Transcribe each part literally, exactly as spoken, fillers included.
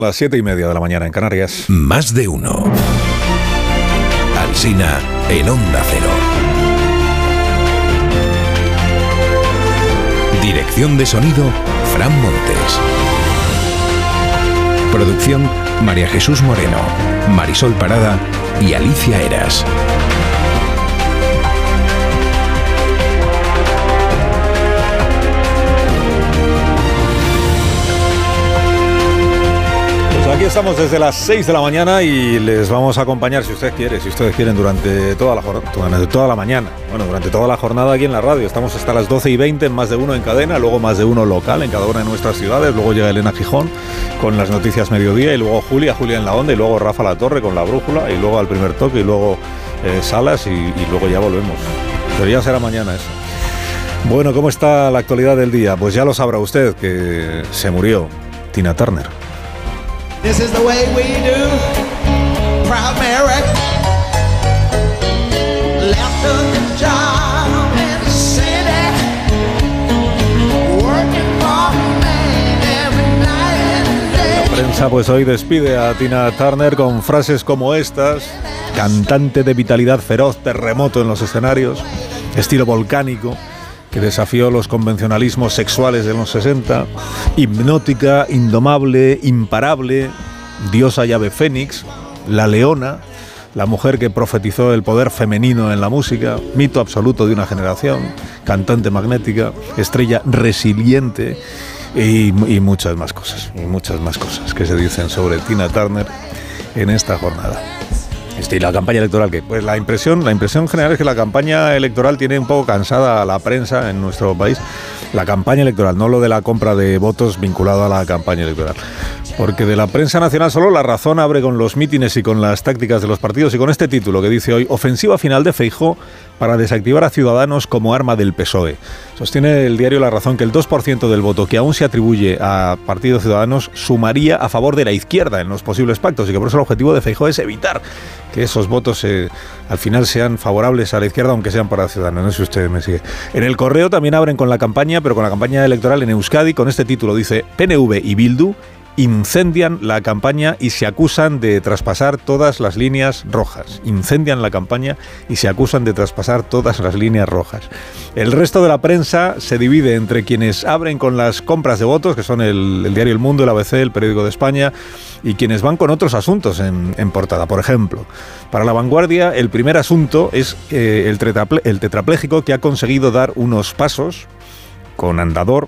Las siete y media de la mañana en Canarias. Más de uno. Alsina en Onda Cero. Dirección de sonido, Fran Montes. Producción, María Jesús Moreno, Marisol Parada y Alicia Eras. Aquí estamos desde las seis de la mañana y les vamos a acompañar, si usted quiere, si ustedes quieren, durante toda la jornada, durante toda la mañana. Bueno, durante toda la jornada aquí en la radio. Estamos hasta las doce y veinte en Más de Uno en cadena, luego Más de Uno local en cada una de nuestras ciudades, luego llega Elena Gijón con las noticias mediodía y luego Julia, Julia en la Onda y luego Rafa La Torre con la brújula y luego al primer toque y luego eh, Salas y, y luego ya volvemos. Pero ya será mañana eso. Bueno, ¿cómo está la actualidad del día? Pues ya lo sabrá usted que se murió Tina Turner. This is the way we do, proud Mary. Left the job in the city, working for man every night and day. La prensa pues hoy despide a Tina Turner con frases como estas: cantante de vitalidad feroz, terremoto en los escenarios, estilo volcánico, que desafió los convencionalismos sexuales de los sesenta, hipnótica, indomable, imparable, diosa llave fénix, la leona, la mujer que profetizó el poder femenino en la música, mito absoluto de una generación, cantante magnética, estrella resiliente y, y muchas más cosas, y muchas más cosas que se dicen sobre Tina Turner en esta jornada. Este, y la campaña electoral, que pues la impresión, la impresión general es que la campaña electoral tiene un poco cansada a la prensa en nuestro país. La campaña electoral, no lo de la compra de votos vinculado a la campaña electoral. Porque de la prensa nacional solo La Razón abre con los mítines y con las tácticas de los partidos y con este título que dice hoy: ofensiva final de Feijóo para desactivar a Ciudadanos como arma del P S O E. Sostiene el diario La Razón que el dos por ciento del voto que aún se atribuye a Partido Ciudadanos sumaría a favor de la izquierda en los posibles pactos y que por eso el objetivo de Feijóo es evitar que esos votos eh, al final sean favorables a la izquierda, aunque sean para Ciudadanos. No sé si usted me sigue. En El Correo también abren con la campaña, pero con la campaña electoral en Euskadi, con este título. Dice: P N V y Bildu incendian la campaña y se acusan de traspasar todas las líneas rojas. Incendian la campaña y se acusan de traspasar todas las líneas rojas. El resto de la prensa se divide entre quienes abren con las compras de votos, que son el, el diario El Mundo, el A B C, el Periódico de España, y quienes van con otros asuntos en, en portada. Por ejemplo, para La Vanguardia, el primer asunto es eh, el, tetraple, el tetrapléjico que ha conseguido dar unos pasos con andador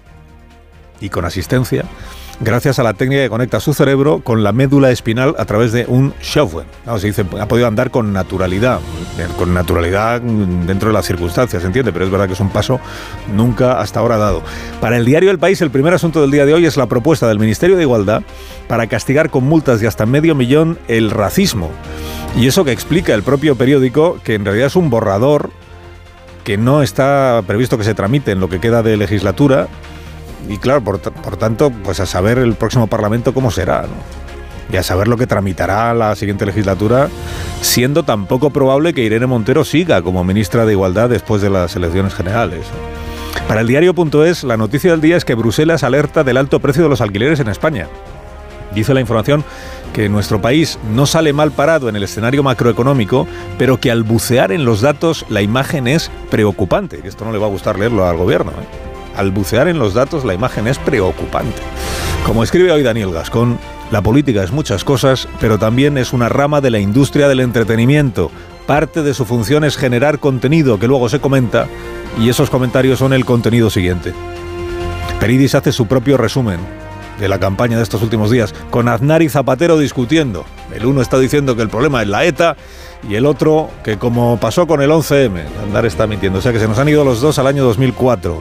y con asistencia, gracias a la técnica que conecta su cerebro con la médula espinal a través de un software. No, se dice, ha podido andar con naturalidad, con naturalidad dentro de las circunstancias, ¿se entiende? Pero es verdad que es un paso nunca hasta ahora dado. Para el diario El País, el primer asunto del día de hoy es la propuesta del Ministerio de Igualdad para castigar con multas de hasta medio millón el racismo. Y eso que explica el propio periódico, que en realidad es un borrador que no está previsto que se tramite en lo que queda de legislatura. Y claro, por, por tanto, pues a saber el próximo Parlamento cómo será, ¿no? Y a saber lo que tramitará la siguiente legislatura, siendo tan poco probable que Irene Montero siga como ministra de Igualdad después de las elecciones generales. Para el diario.es, la noticia del día es que Bruselas alerta del alto precio de los alquileres en España. Dice la información que nuestro país no sale mal parado en el escenario macroeconómico, pero que al bucear en los datos la imagen es preocupante. Y esto no le va a gustar leerlo al gobierno, ¿eh? Al bucear en los datos, la imagen es preocupante. Como escribe hoy Daniel Gascón, la política es muchas cosas, pero también es una rama de la industria del entretenimiento. Parte de su función es generar contenido que luego se comenta, y esos comentarios son el contenido siguiente. Peridis hace su propio resumen de la campaña de estos últimos días, con Aznar y Zapatero discutiendo. El uno está diciendo que el problema es la ETA, y el otro que, como pasó con el once eme, Aznar está mintiendo. O sea que se nos han ido los dos al año dos mil cuatro.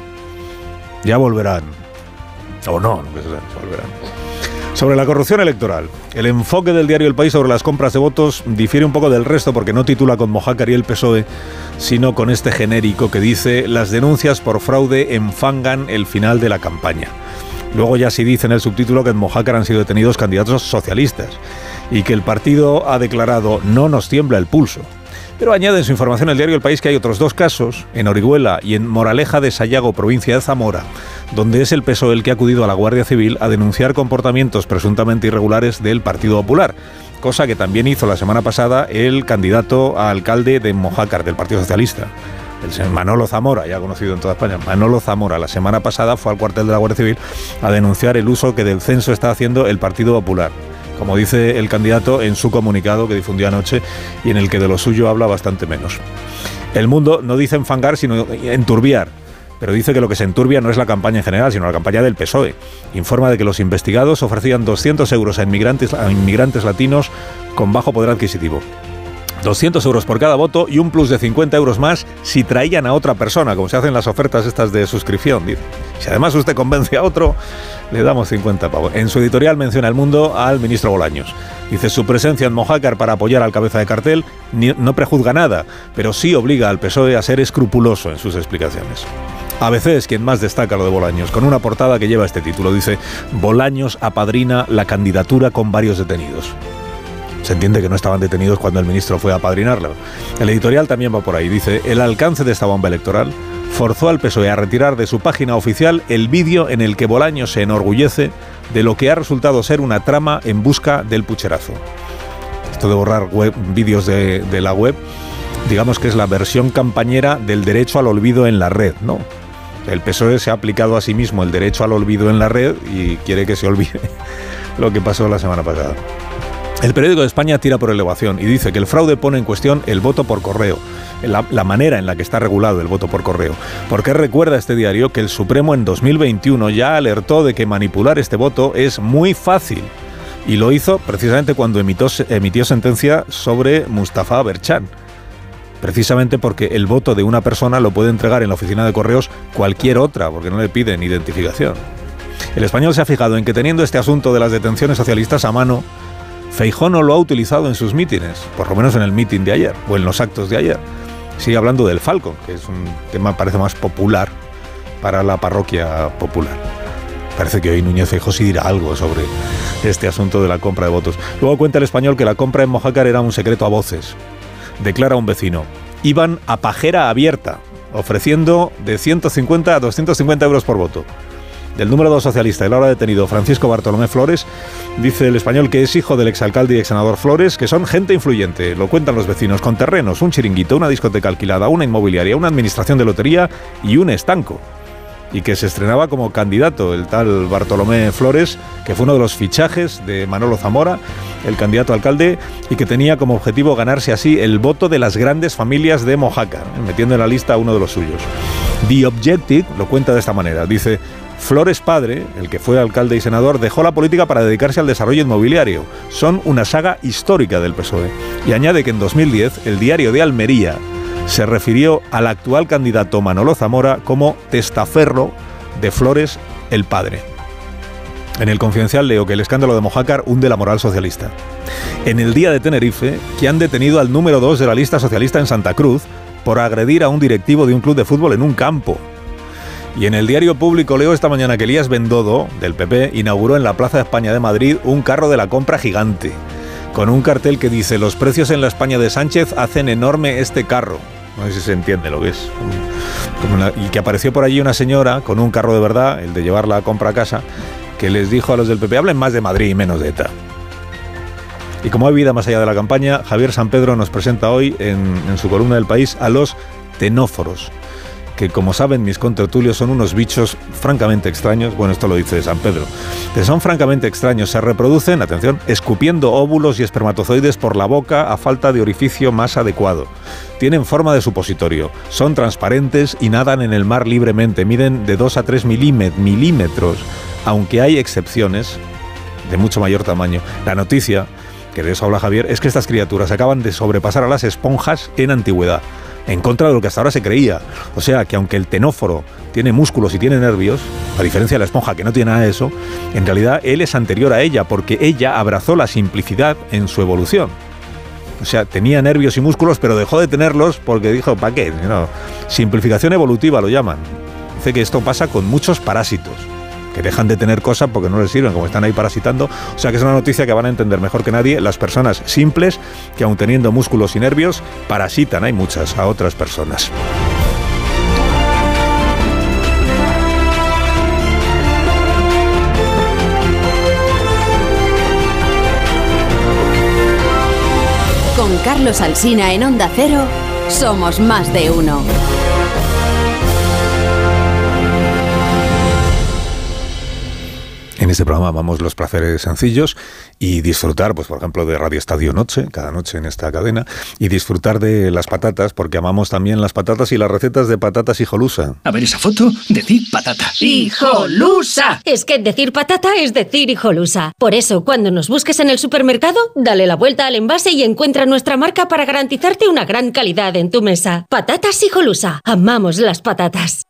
Ya volverán. O no, no sé, volverán. Sobre la corrupción electoral, el enfoque del diario El País sobre las compras de votos difiere un poco del resto porque no titula con Mojácar y el P S O E, sino con este genérico que dice: las denuncias por fraude enfangan el final de la campaña. Luego ya sí dice en el subtítulo que en Mojácar han sido detenidos candidatos socialistas y que el partido ha declarado: no nos tiembla el pulso. Pero añade en su información el diario El País que hay otros dos casos, en Orihuela y en Moraleja de Sayago, provincia de Zamora, donde es el P S O E el que ha acudido a la Guardia Civil a denunciar comportamientos presuntamente irregulares del Partido Popular, cosa que también hizo la semana pasada el candidato a alcalde de Mojácar, del Partido Socialista. El señor Manolo Zamora, ya conocido en toda España. Manolo Zamora, la semana pasada fue al cuartel de la Guardia Civil a denunciar el uso que del censo está haciendo el Partido Popular, como dice el candidato en su comunicado que difundió anoche y en el que de lo suyo habla bastante menos. El Mundo no dice enfangar, sino enturbiar, pero dice que lo que se enturbia no es la campaña en general, sino la campaña del P S O E. Informa de que los investigados ofrecían doscientos euros a inmigrantes, a inmigrantes latinos con bajo poder adquisitivo. doscientos euros por cada voto y un plus de cincuenta euros más si traían a otra persona, como se hacen las ofertas estas de suscripción. Dice, si además usted convence a otro, le damos cincuenta pavos. En su editorial menciona El Mundo al ministro Bolaños. Dice, su presencia en Mojácar para apoyar al cabeza de cartel ni, no prejuzga nada, pero sí obliga al P S O E a ser escrupuloso en sus explicaciones. A B C es quien más destaca lo de Bolaños, con una portada que lleva este título. Dice, Bolaños apadrina la candidatura con varios detenidos. Se entiende que no estaban detenidos cuando el ministro fue a apadrinarlo. El editorial también va por ahí. Dice, el alcance de esta bomba electoral forzó al P S O E a retirar de su página oficial el vídeo en el que Bolaños se enorgullece de lo que ha resultado ser una trama en busca del pucherazo. Esto de borrar web, vídeos de, de la web, digamos que es la versión campañera del derecho al olvido en la red, ¿no? El P S O E se ha aplicado a sí mismo el derecho al olvido en la red y quiere que se olvide lo que pasó la semana pasada. El periódico de España tira por elevación y dice que el fraude pone en cuestión el voto por correo, la, la manera en la que está regulado el voto por correo. Porque recuerda este diario que el Supremo en dos mil veintiuno ya alertó de que manipular este voto es muy fácil. Y lo hizo precisamente cuando emitió, emitió sentencia sobre Mustafa Berchan. Precisamente porque el voto de una persona lo puede entregar en la oficina de correos cualquier otra, porque no le piden identificación. El Español se ha fijado en que teniendo este asunto de las detenciones socialistas a mano, Feijóo no lo ha utilizado en sus mítines, por lo menos en el mitin de ayer, o en los actos de ayer. Sigue hablando del Falcon, que es un tema parece más popular para la parroquia popular. Parece que hoy Núñez Feijóo sí dirá algo sobre este asunto de la compra de votos. Luego cuenta el Español que la compra en Mojácar era un secreto a voces. Declara un vecino, iban a pajera abierta, ofreciendo de ciento cincuenta a doscientos cincuenta euros por voto. Del número dos socialista, el ahora detenido Francisco Bartolomé Flores, dice el Español que es hijo del exalcalde y exsenador Flores, que son gente influyente, lo cuentan los vecinos, con terrenos, un chiringuito, una discoteca alquilada, una inmobiliaria, una administración de lotería y un estanco. Y que se estrenaba como candidato el tal Bartolomé Flores, que fue uno de los fichajes de Manolo Zamora, el candidato a alcalde, y que tenía como objetivo ganarse así el voto de las grandes familias de Mojácar, metiendo en la lista a uno de los suyos. The Objective lo cuenta de esta manera, dice, Flores padre, el que fue alcalde y senador, dejó la política para dedicarse al desarrollo inmobiliario. Son una saga histórica del P S O E. Y añade que en dos mil diez el diario de Almería se refirió al actual candidato Manolo Zamora como testaferro de Flores el padre. En el Confidencial leo que el escándalo de Mojácar hunde la moral socialista. En el día de Tenerife, que han detenido al número dos de la lista socialista en Santa Cruz por agredir a un directivo de un club de fútbol en un campo. Y en el diario Público leo esta mañana que Elías Bendodo, del P P, inauguró en la Plaza de España de Madrid un carro de la compra gigante, con un cartel que dice, los precios en la España de Sánchez hacen enorme este carro. No sé si se entiende lo que es. Como una, y que apareció por allí una señora con un carro de verdad, el de llevar la compra a casa, que les dijo a los del P P, hablen más de Madrid y menos de ETA. Y como hay vida más allá de la campaña, Javier San Pedro nos presenta hoy en, en su columna del País a los tenóforos, que como saben mis contertulios son unos bichos francamente extraños, bueno, esto lo dice San Pedro, que son francamente extraños, se reproducen, atención, escupiendo óvulos y espermatozoides por la boca a falta de orificio más adecuado. Tienen forma de supositorio, son transparentes y nadan en el mar libremente, miden de dos a tres milímetros, aunque hay excepciones de mucho mayor tamaño. La noticia, que de eso habla Javier, es que estas criaturas acaban de sobrepasar a las esponjas en antigüedad, en contra de lo que hasta ahora se creía. O sea, que aunque el tenóforo tiene músculos y tiene nervios, a diferencia de la esponja que no tiene nada de eso, en realidad él es anterior a ella, porque ella abrazó la simplicidad en su evolución. O sea, tenía nervios y músculos, pero dejó de tenerlos porque dijo, ¿para qué? No. Simplificación evolutiva lo llaman. Dice que esto pasa con muchos parásitos. que dejan de tener cosas porque no les sirven, como están ahí parasitando. O sea que es una noticia que van a entender mejor que nadie las personas simples que, aun teniendo músculos y nervios, parasitan, hay muchas, a otras personas. Con Carlos Alsina en Onda Cero, somos más de uno. En este programa amamos los placeres sencillos y disfrutar, pues por ejemplo, de Radio Estadio Noche, cada noche en esta cadena, y disfrutar de las patatas, porque amamos también las patatas y las recetas de patatas hijolusa. A ver esa foto, decir patata. ¡Hijolusa! Es que decir patata es decir hijolusa. Por eso, cuando nos busques en el supermercado, dale la vuelta al envase y encuentra nuestra marca para garantizarte una gran calidad en tu mesa. Patatas hijolusa. Amamos las patatas.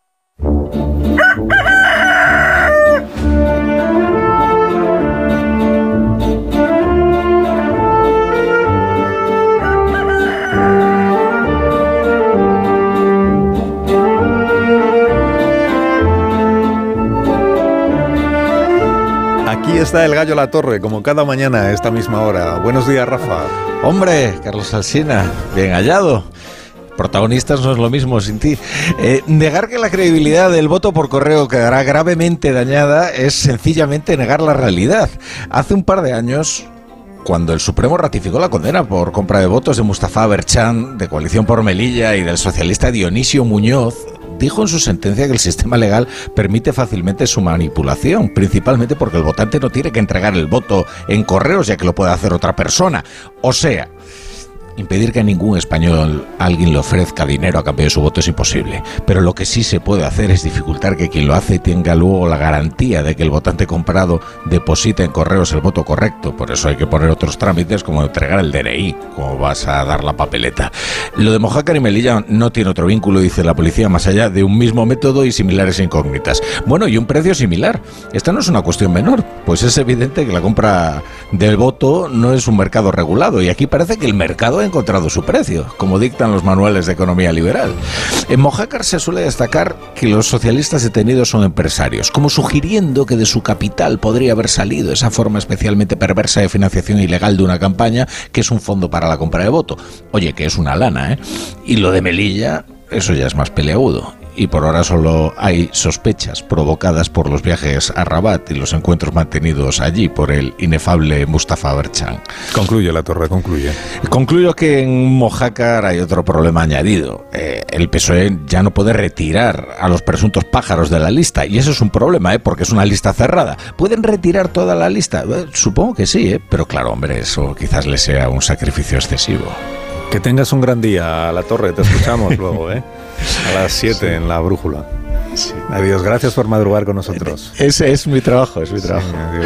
Aquí está el gallo La Torre, como cada mañana a esta misma hora. Buenos días, Rafa. Hombre, Carlos Alsina, bien hallado. Protagonistas no es lo mismo sin ti. Eh, negar que la credibilidad del voto por correo quedará gravemente dañada es sencillamente negar la realidad. Hace un par de años, cuando el Supremo ratificó la condena por compra de votos de Mustafa Berchan, de Coalición por Melilla, y del socialista Dionisio Muñoz, dijo en su sentencia que el sistema legal permite fácilmente su manipulación, principalmente porque el votante no tiene que entregar el voto en correos, ya que lo puede hacer otra persona. O sea, impedir que a ningún español alguien le ofrezca dinero a cambio de su voto es imposible, pero lo que sí se puede hacer es dificultar que quien lo hace tenga luego la garantía de que el votante comprado deposita en correos el voto correcto. Por eso hay que poner otros trámites como entregar el D N I, como vas a dar la papeleta. Lo de Mojácar y Melilla no tiene otro vínculo, dice la policía, más allá de un mismo método y similares incógnitas. Bueno, y un precio similar. Esta no es una cuestión menor, pues es evidente que la compra del voto no es un mercado regulado, y aquí parece que el mercado ha encontrado su precio, como dictan los manuales de economía liberal. En Mojácar se suele destacar que los socialistas detenidos son empresarios, como sugiriendo que de su capital podría haber salido esa forma especialmente perversa de financiación ilegal de una campaña, que es un fondo para la compra de voto. Oye, que es una lana, ¿eh? Y lo de Melilla, eso ya es más peleagudo. Y por ahora solo hay sospechas provocadas por los viajes a Rabat y los encuentros mantenidos allí por el inefable Mustafa Berchan. Concluye, La Torre, concluye. Concluyo que en Mojácar hay otro problema añadido. Eh, el P S O E ya no puede retirar a los presuntos pájaros de la lista, y eso es un problema, ¿eh? Porque es una lista cerrada. ¿Pueden retirar toda la lista? Eh, supongo que sí, ¿eh? Pero claro, hombre, eso quizás le sea un sacrificio excesivo. Que tengas un gran día, La Torre, te escuchamos luego, ¿eh? A las siete sí. En La Brújula. Sí. Adiós, gracias por madrugar con nosotros. Ese es mi trabajo, es mi trabajo. Sí, adiós.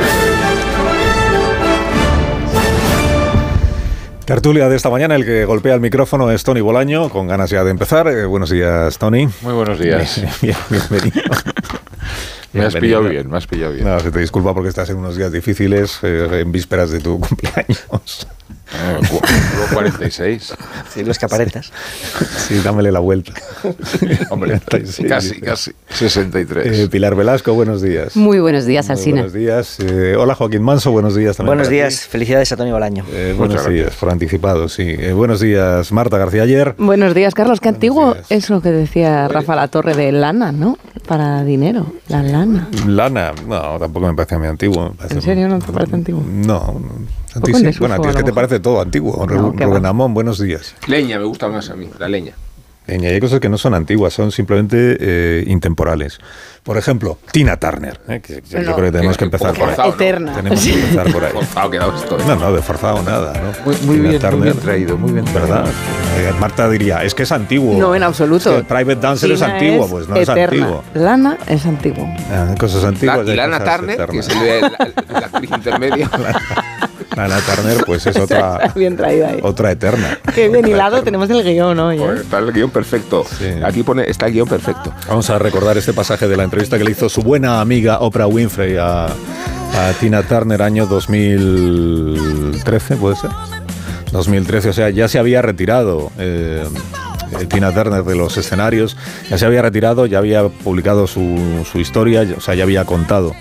Tertulia de esta mañana, el que golpea el micrófono es Tony Bolaño, con ganas ya de empezar. Eh, buenos días, Tony. Muy buenos días. Bien, bienvenido. Me has pillado bien, me has pillado bien. No, se te disculpa porque estás en unos días difíciles, eh, en vísperas de tu cumpleaños. Luego cuarenta y seis. Sí, los que aparentas. Sí, dámele la vuelta. Hombre, casi, casi. sesenta y tres. Eh, Pilar Velasco, buenos días. Muy buenos días, Alsina. Buenos días. Eh, hola, Joaquín Manso, buenos días también. Buenos días, ti. Felicidades a Tony Bolaño. Eh, buenos Muchas días, gracias. Por anticipado, sí. Eh, buenos días, Marta García Ayer. Buenos días, Carlos. Qué antiguo días. Es lo que decía Rafa La Torre de lana, ¿no? Para dinero, la lana. Lana, no, tampoco me parece muy antiguo. Parece ¿En serio no te parece antiguo? No, no. Bueno, a ti es que te parece todo antiguo. No, Rubén Amón, buenos días. Leña, me gusta más a mí, la leña. Leña, hay cosas que no son antiguas, son simplemente eh, intemporales. Por ejemplo, Tina Turner, ¿eh? que, que no, yo creo que tenemos que empezar por ahí. Eterna. Tenemos que empezar por ahí. Forzado quedado esto. ¿eh? No, no, de forzado nada. ¿no? Muy, muy, bien, muy bien traído, muy bien traído. ¿Verdad? Eh, Marta diría, es que es antiguo. No, en absoluto. Es que Private Dancer Tina es antiguo, es pues no eterna. Es antiguo. Lana es antiguo. Ah, cosas antiguas. La, y Lana Turner, eternas. Que es el, la, la, la actriz intermedia. Lana Turner, pues es otra, bien traída ahí. Otra eterna. Qué bien hilado tenemos el guión hoy. ¿eh? Está el guión perfecto. Sí. Aquí pone, está el guión perfecto. Vamos a recordar este pasaje de la entrevista que le hizo su buena amiga Oprah Winfrey a, a Tina Turner, año dos mil trece, ¿puede ser? dos mil trece, o sea, ya se había retirado eh, Tina Turner de los escenarios, ya se había retirado, ya había publicado su, su historia, o sea, ya había contado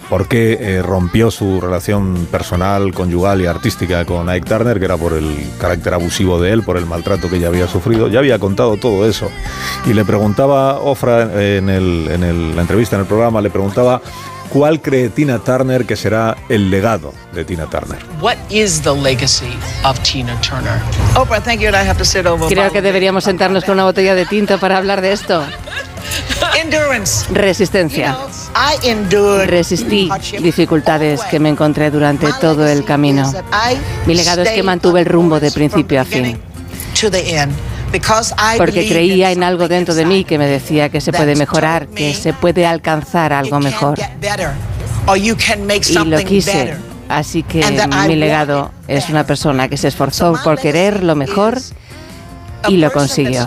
por qué eh, rompió su relación personal, conyugal y artística con Ike Turner, que era por el carácter abusivo de él, por el maltrato que ella había sufrido. Ya había contado todo eso. Y le preguntaba, Ofra, en, el, en el, la entrevista en el programa, le preguntaba cuál cree Tina Turner que será el legado de Tina Turner. What is the legacy of Tina Turner? Oprah, thank you, and I have to sit over. Creo que deberíamos sentarnos con una botella de tinto para hablar de esto. Endurance. Resistencia. I endured Resistí dificultades que me encontré durante todo el camino. Mi legado es que mantuve el rumbo de principio a fin. Porque creía en algo dentro de mí que me decía que se puede mejorar, que se puede alcanzar algo mejor. Y lo quise. Así que mi legado es una persona que se esforzó por querer lo mejor y lo consiguió.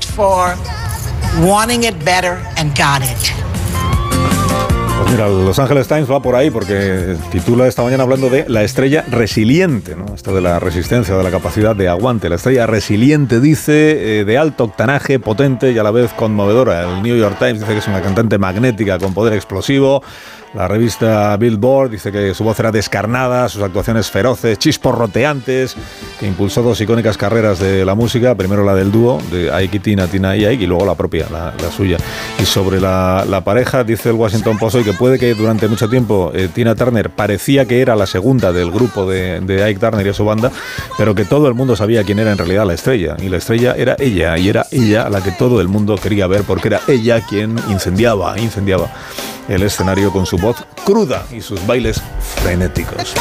Pues mira, Los Angeles Times va por ahí porque titula esta mañana hablando de la estrella resiliente, ¿no? Esto de la resistencia, de la capacidad de aguante. La estrella resiliente, dice, eh, de alto octanaje, potente y a la vez conmovedora. El New York Times dice que es una cantante magnética con poder explosivo. La revista Billboard dice que su voz era descarnada, sus actuaciones feroces, chisporroteantes, que impulsó dos icónicas carreras de la música, primero la del dúo, de Ike y Tina, Tina y Ike, y luego la propia, la, la suya. Y sobre la, la pareja, dice el Washington Post hoy que puede que durante mucho tiempo eh, Tina Turner parecía que era la segunda del grupo de, de Ike Turner y su banda, pero que todo el mundo sabía quién era en realidad la estrella, y la estrella era ella, y era ella a la que todo el mundo quería ver, porque era ella quien incendiaba, incendiaba el escenario con su voz cruda y sus bailes frenéticos.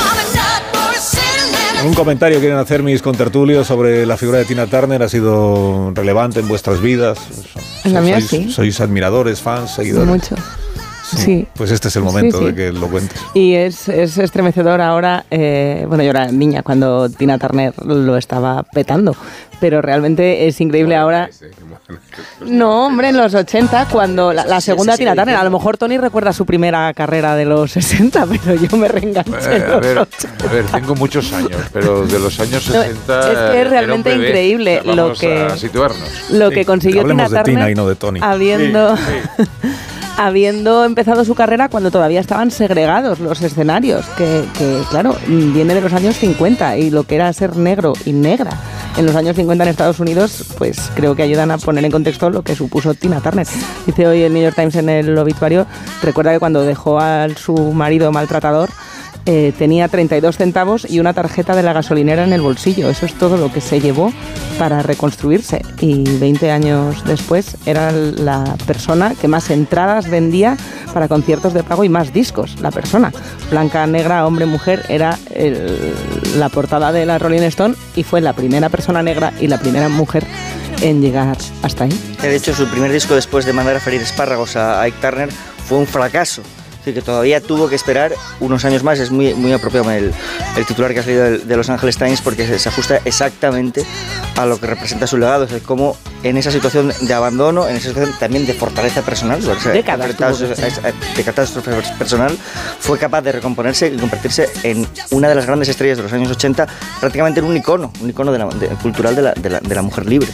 ¿Algún comentario quieren hacer mis contertulios sobre la figura de Tina Turner? ¿Ha sido relevante en vuestras vidas? En la mía ¿Sois, sí. ¿Sois admiradores, fans, seguidores? Mucho. Sí. Sí. Pues este es el momento sí, sí. de que lo cuentes. Y es, es estremecedor ahora. Eh, bueno, yo era niña cuando Tina Turner lo estaba petando, pero realmente es increíble ahora. No, hombre, en los ochenta, cuando la, la segunda Tina Turner. A lo mejor Tony recuerda su primera carrera de los sesenta, pero yo me reenganché. Eh, a, ver, a ver, tengo muchos años, pero de los años sesenta. No, es que es realmente bebé, increíble o sea, lo que, a situarnos. lo sí, que consiguió Tina Turner. De Tina y no de Tony. Habiendo. Sí, sí. Habiendo empezado su carrera cuando todavía estaban segregados los escenarios, que, que claro, viene de los años cincuenta, y lo que era ser negro y negra en los años cincuenta en Estados Unidos, pues creo que ayudan a poner en contexto lo que supuso Tina Turner. Dice hoy el New York Times en el obituario, recuerda que cuando dejó a su marido maltratador, Eh, tenía treinta y dos centavos y una tarjeta de la gasolinera en el bolsillo. Eso es todo lo que se llevó para reconstruirse. Y veinte años después era la persona que más entradas vendía para conciertos de pago y más discos. La persona, blanca, negra, hombre, mujer, era el, la portada de la Rolling Stone, y fue la primera persona negra y la primera mujer en llegar hasta ahí. De hecho, su primer disco, después de mandar a freír espárragos a Ike Turner, fue un fracaso. Es decir, que todavía tuvo que esperar unos años más. Es muy, muy apropiado el, el titular que ha salido de, de Los Angeles Times, porque se, se ajusta exactamente a lo que representa su legado. Es decir, cómo en esa situación de abandono, en esa situación también de fortaleza personal, de catástrofe personal, fue capaz de recomponerse y convertirse en una de las grandes estrellas de los años ochenta, prácticamente en un icono, un icono de la, de, cultural de la, de, la, de la mujer libre.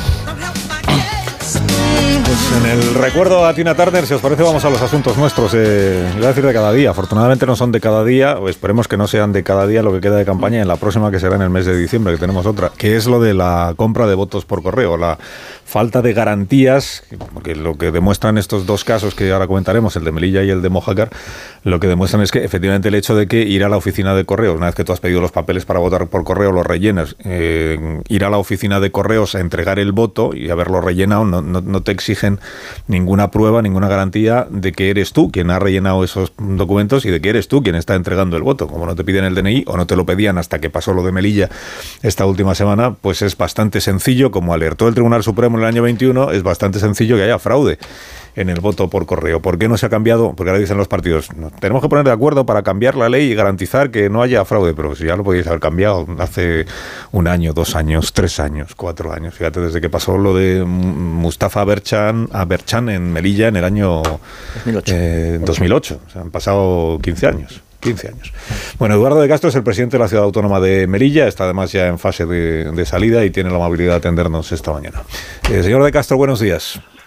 Pues en el recuerdo a Tina Turner, si os parece, vamos a los asuntos nuestros. Eh, iba a decir de cada día. Afortunadamente no son de cada día, o esperemos que no sean de cada día lo que queda de campaña en la próxima, que será en el mes de diciembre, que tenemos otra, que es lo de la compra de votos por correo, la falta de garantías, porque lo que demuestran estos dos casos que ahora comentaremos, el de Melilla y el de Mojácar, lo que demuestran es que efectivamente el hecho de que ir a la oficina de correos, una vez que tú has pedido los papeles para votar por correo, los rellenas, eh, ir a la oficina de correos a entregar el voto y haberlo rellenado, no, no, no te exigen ninguna prueba, ninguna garantía de que eres tú quien ha rellenado esos documentos y de que eres tú quien está entregando el voto. Como no te piden el D N I, o no te lo pedían hasta que pasó lo de Melilla esta última semana, pues es bastante sencillo, como alertó el Tribunal Supremo en el año veintiuno, es bastante sencillo que haya fraude en el voto por correo. ¿Por qué no se ha cambiado? Porque ahora dicen los partidos, no, tenemos que poner de acuerdo para cambiar la ley y garantizar que no haya fraude, pero si ya lo podéis haber cambiado hace un año, dos años, tres años, cuatro años. Fíjate, desde que pasó lo de Mustafa Berchan, a Berchan en Melilla en el año dos mil ocho. Eh, dos mil ocho. O sea, han pasado quince años. quince años. Bueno, Eduardo de Castro es el presidente de la Ciudad Autónoma de Melilla, está además ya en fase de, de salida y tiene la amabilidad de atendernos esta mañana. Eh, señor de Castro, buenos días.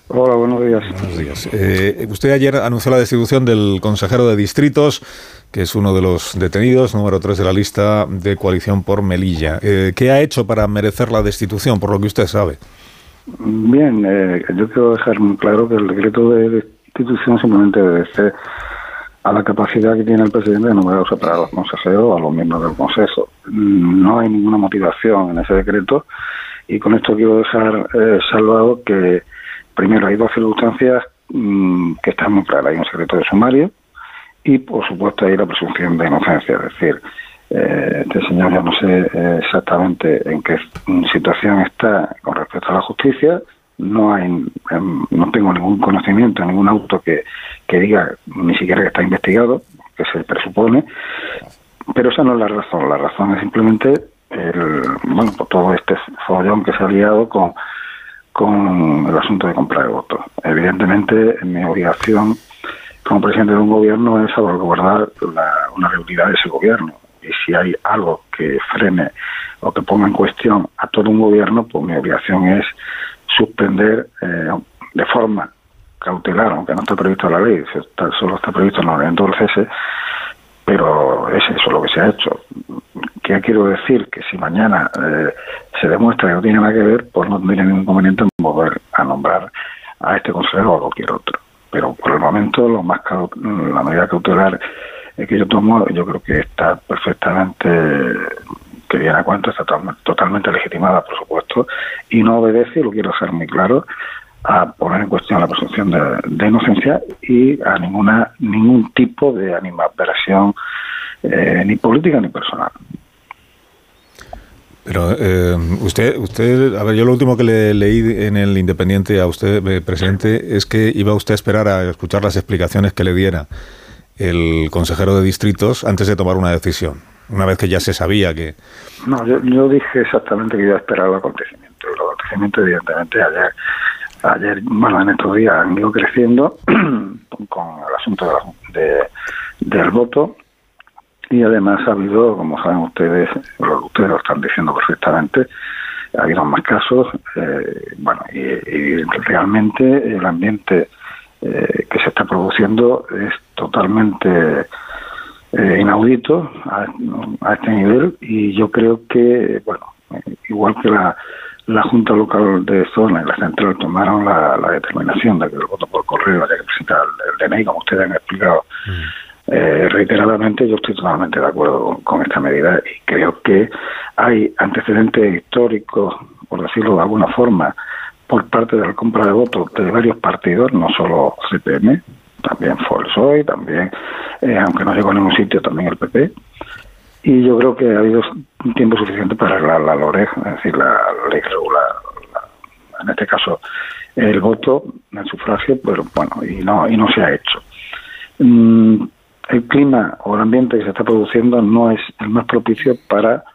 Hola, buenos días. Buenos días. Eh, usted ayer anunció la destitución del consejero de Distritos, que es uno de los detenidos, número tres de la lista de Coalición por Melilla. Eh, ¿Qué ha hecho para merecer la destitución, por lo que usted sabe? Bien, eh, yo quiero dejar muy claro que el decreto de destitución simplemente obedece a la capacidad que tiene el presidente de nombrar o separar a los consejeros o a los miembros del Consejo. No hay ninguna motivación en ese decreto y con esto quiero dejar eh, salvado que primero hay dos circunstancias mmm, que están muy claras. Hay un secreto de sumario y por supuesto hay la presunción de inocencia, es decir, eh, este señor ya no sé eh, exactamente en qué situación está con respecto a la justicia. No hay, no tengo ningún conocimiento, ningún auto que, que diga ni siquiera que está investigado, que se presupone, pero esa no es la razón. La razón es simplemente el, bueno, pues todo este follón que se ha liado con, con el asunto de compra de votos. Evidentemente, mi obligación como presidente de un gobierno es salvaguardar la, una realidad de ese gobierno. Y si hay algo que frene o que ponga en cuestión a todo un gobierno, pues mi obligación es suspender eh, de forma cautelar, aunque no está previsto en la ley, está, solo está previsto en el ordenamiento del cese, pero es eso lo que se ha hecho. ¿Qué quiero decir? Que si mañana eh, se demuestra que no tiene nada que ver, pues no tendría ningún inconveniente en volver a nombrar a este consejero o a cualquier otro. Pero por el momento, lo más la medida cautelar eh, que yo tomo, yo creo que está perfectamente, que viene a cuento, está totalmente, totalmente legitimada, por supuesto, y no obedece, lo quiero dejar muy claro, a poner en cuestión la presunción de, de inocencia y a ninguna ningún tipo de animadversión eh, ni política ni personal. Pero eh, usted, usted, a ver, yo lo último que le leí en el Independiente a usted, eh, presidente, es que iba usted a esperar a escuchar las explicaciones que le diera el consejero de Distritos antes de tomar una decisión, una vez que ya se sabía que... No, yo, yo dije exactamente que iba a esperar el acontecimiento. El acontecimiento, evidentemente, ayer, ayer bueno, en estos días han ido creciendo con el asunto de, de, del voto. Y además ha habido, como saben ustedes, ustedes lo están diciendo perfectamente, ha habido más casos, eh, bueno, y, y realmente el ambiente eh, que se está produciendo es totalmente eh, inaudito a, a este nivel, y yo creo que, bueno, igual que la, la Junta Local de Zona y la Central tomaron la, la determinación de que el voto por correo haya que presentar el, el D N I, como ustedes han explicado, mm. Eh, reiteradamente, yo estoy totalmente de acuerdo con, con esta medida y creo que hay antecedentes históricos, por decirlo de alguna forma, por parte de la compra de votos de varios partidos, no solo C P M, también fue el P S O E, también, eh, aunque no llegó a ningún sitio, también el P P, y yo creo que ha habido un tiempo suficiente para arreglar la LOREG, es decir, la ley regular, la, en este caso el voto, el sufragio, pero bueno, y no, y no se ha hecho. Mm, el clima o el ambiente que se está produciendo no es el más propicio para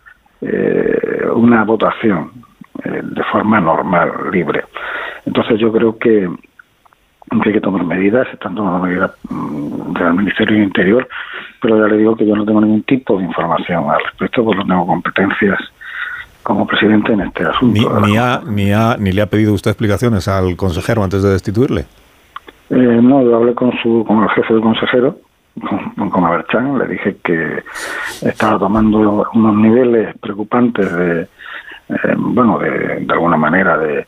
eh, una votación eh, de forma normal, libre. Entonces yo creo que, que hay que tomar medidas, se están tomando medidas mmm, del Ministerio del Interior, pero ya le digo que yo no tengo ningún tipo de información al respecto, porque no tengo competencias como presidente en este asunto. Ni, ni, ha, ni, ha, ¿Ni le ha pedido usted explicaciones al consejero antes de destituirle? Eh, no, yo hablé con, su, con el jefe del consejero, con, con Aberchán, le dije que estaba tomando unos niveles preocupantes de, eh, bueno, de, de alguna manera de,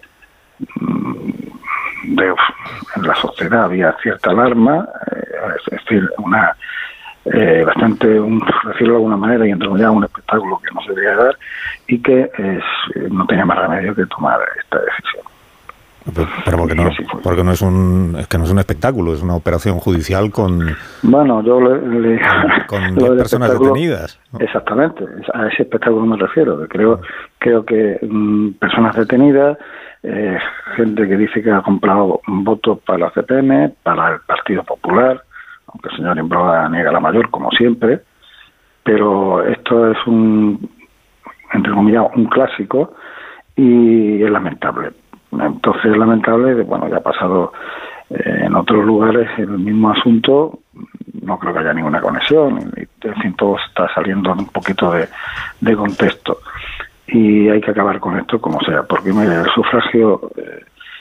de en la sociedad había cierta alarma, eh, es decir, una eh, bastante, un, decirlo de alguna manera, y entre ya un espectáculo que no se debía dar y que es, no tenía más remedio que tomar esta decisión. Pero, pero porque no, porque no es un, es que no es un espectáculo, es una operación judicial con, bueno, yo le, le, con diez personas detenidas, ¿no? Exactamente, a ese espectáculo me refiero. Que creo, creo que mmm, personas detenidas, eh, gente que dice que ha comprado votos para la C P M, para el Partido Popular, aunque el señor Imbroda niega la mayor, como siempre, pero esto es un, entre comillas, un clásico y es lamentable. Entonces es lamentable, bueno, ya ha pasado eh, en otros lugares el mismo asunto, no creo que haya ninguna conexión, y, en fin, todo está saliendo un poquito de, de contexto y hay que acabar con esto como sea, porque mire, el sufragio, eh,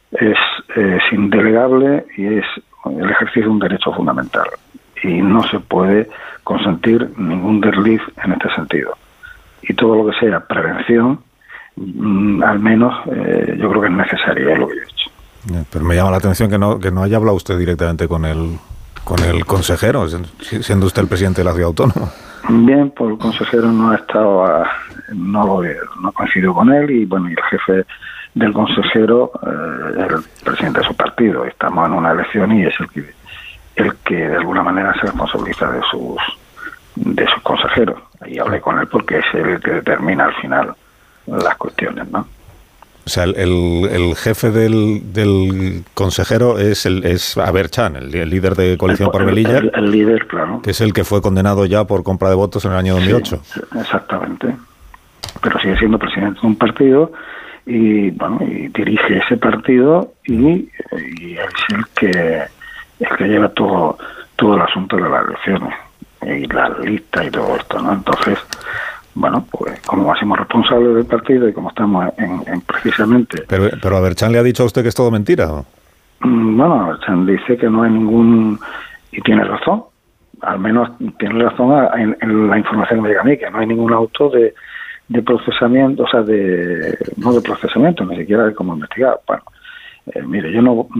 es, es indelegable y es el ejercicio de un derecho fundamental. Y no se puede consentir ningún desliz en este sentido. Y todo lo que sea prevención, mmm, al menos eh, yo creo que es necesario, es lo que yo he hecho. Pero me llama la atención que no, que no haya hablado usted directamente con el, con el consejero, siendo usted el presidente de la ciudad autónoma. Bien, pues el consejero no ha estado, a, no lo no coincidido con él y bueno, y el jefe del consejero eh, es el presidente de su partido. Estamos en una elección y es el que el que de alguna manera se responsabiliza de sus de sus consejeros. Y hablé con él porque es el que determina al final las cuestiones, ¿no? O sea, el, el, el jefe del, del consejero es el es Aberchan, el, el líder de Coalición el, por Melilla. El, el líder, claro. Que es el que fue condenado ya por compra de votos en el año dos mil ocho. Sí, exactamente. Pero sigue siendo presidente de un partido y, bueno, y dirige ese partido y, y es el que el que lleva todo todo el asunto de las elecciones y las listas y todo esto, ¿no? Entonces, bueno, pues como máximo responsable del partido y como estamos en, en precisamente... Pero, pero Aberchan le ha dicho a usted que es todo mentira, ¿no? Bueno, Aberchan dice que no hay ningún... y tiene razón, al menos tiene razón en, en la información que me llega a mí, que no hay ningún auto de, de procesamiento, o sea, de no de procesamiento, ni siquiera de cómo investigar. Bueno, eh, mire, yo no...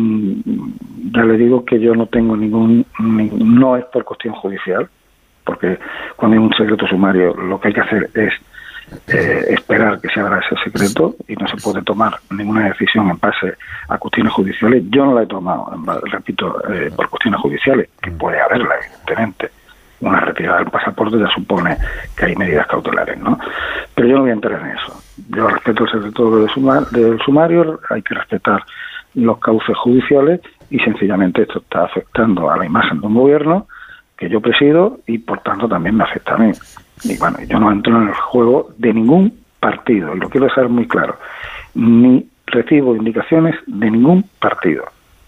ya le digo que yo no tengo ningún... Ni, no es por cuestión judicial, porque cuando hay un secreto sumario lo que hay que hacer es eh, esperar que se abra ese secreto y no se puede tomar ninguna decisión en base a cuestiones judiciales. Yo no la he tomado, repito, eh, por cuestiones judiciales, que puede haberla, evidentemente. Una retirada del pasaporte ya supone que hay medidas cautelares, ¿no? Pero yo no voy a entrar en eso. Yo respeto el secreto del, sumar, del sumario, hay que respetar los cauces judiciales y sencillamente esto está afectando a la imagen de un gobierno que yo presido y por tanto también me afecta a mí. Y bueno, yo no entro en el juego de ningún partido, y lo quiero dejar muy claro, ni recibo indicaciones de ningún partido.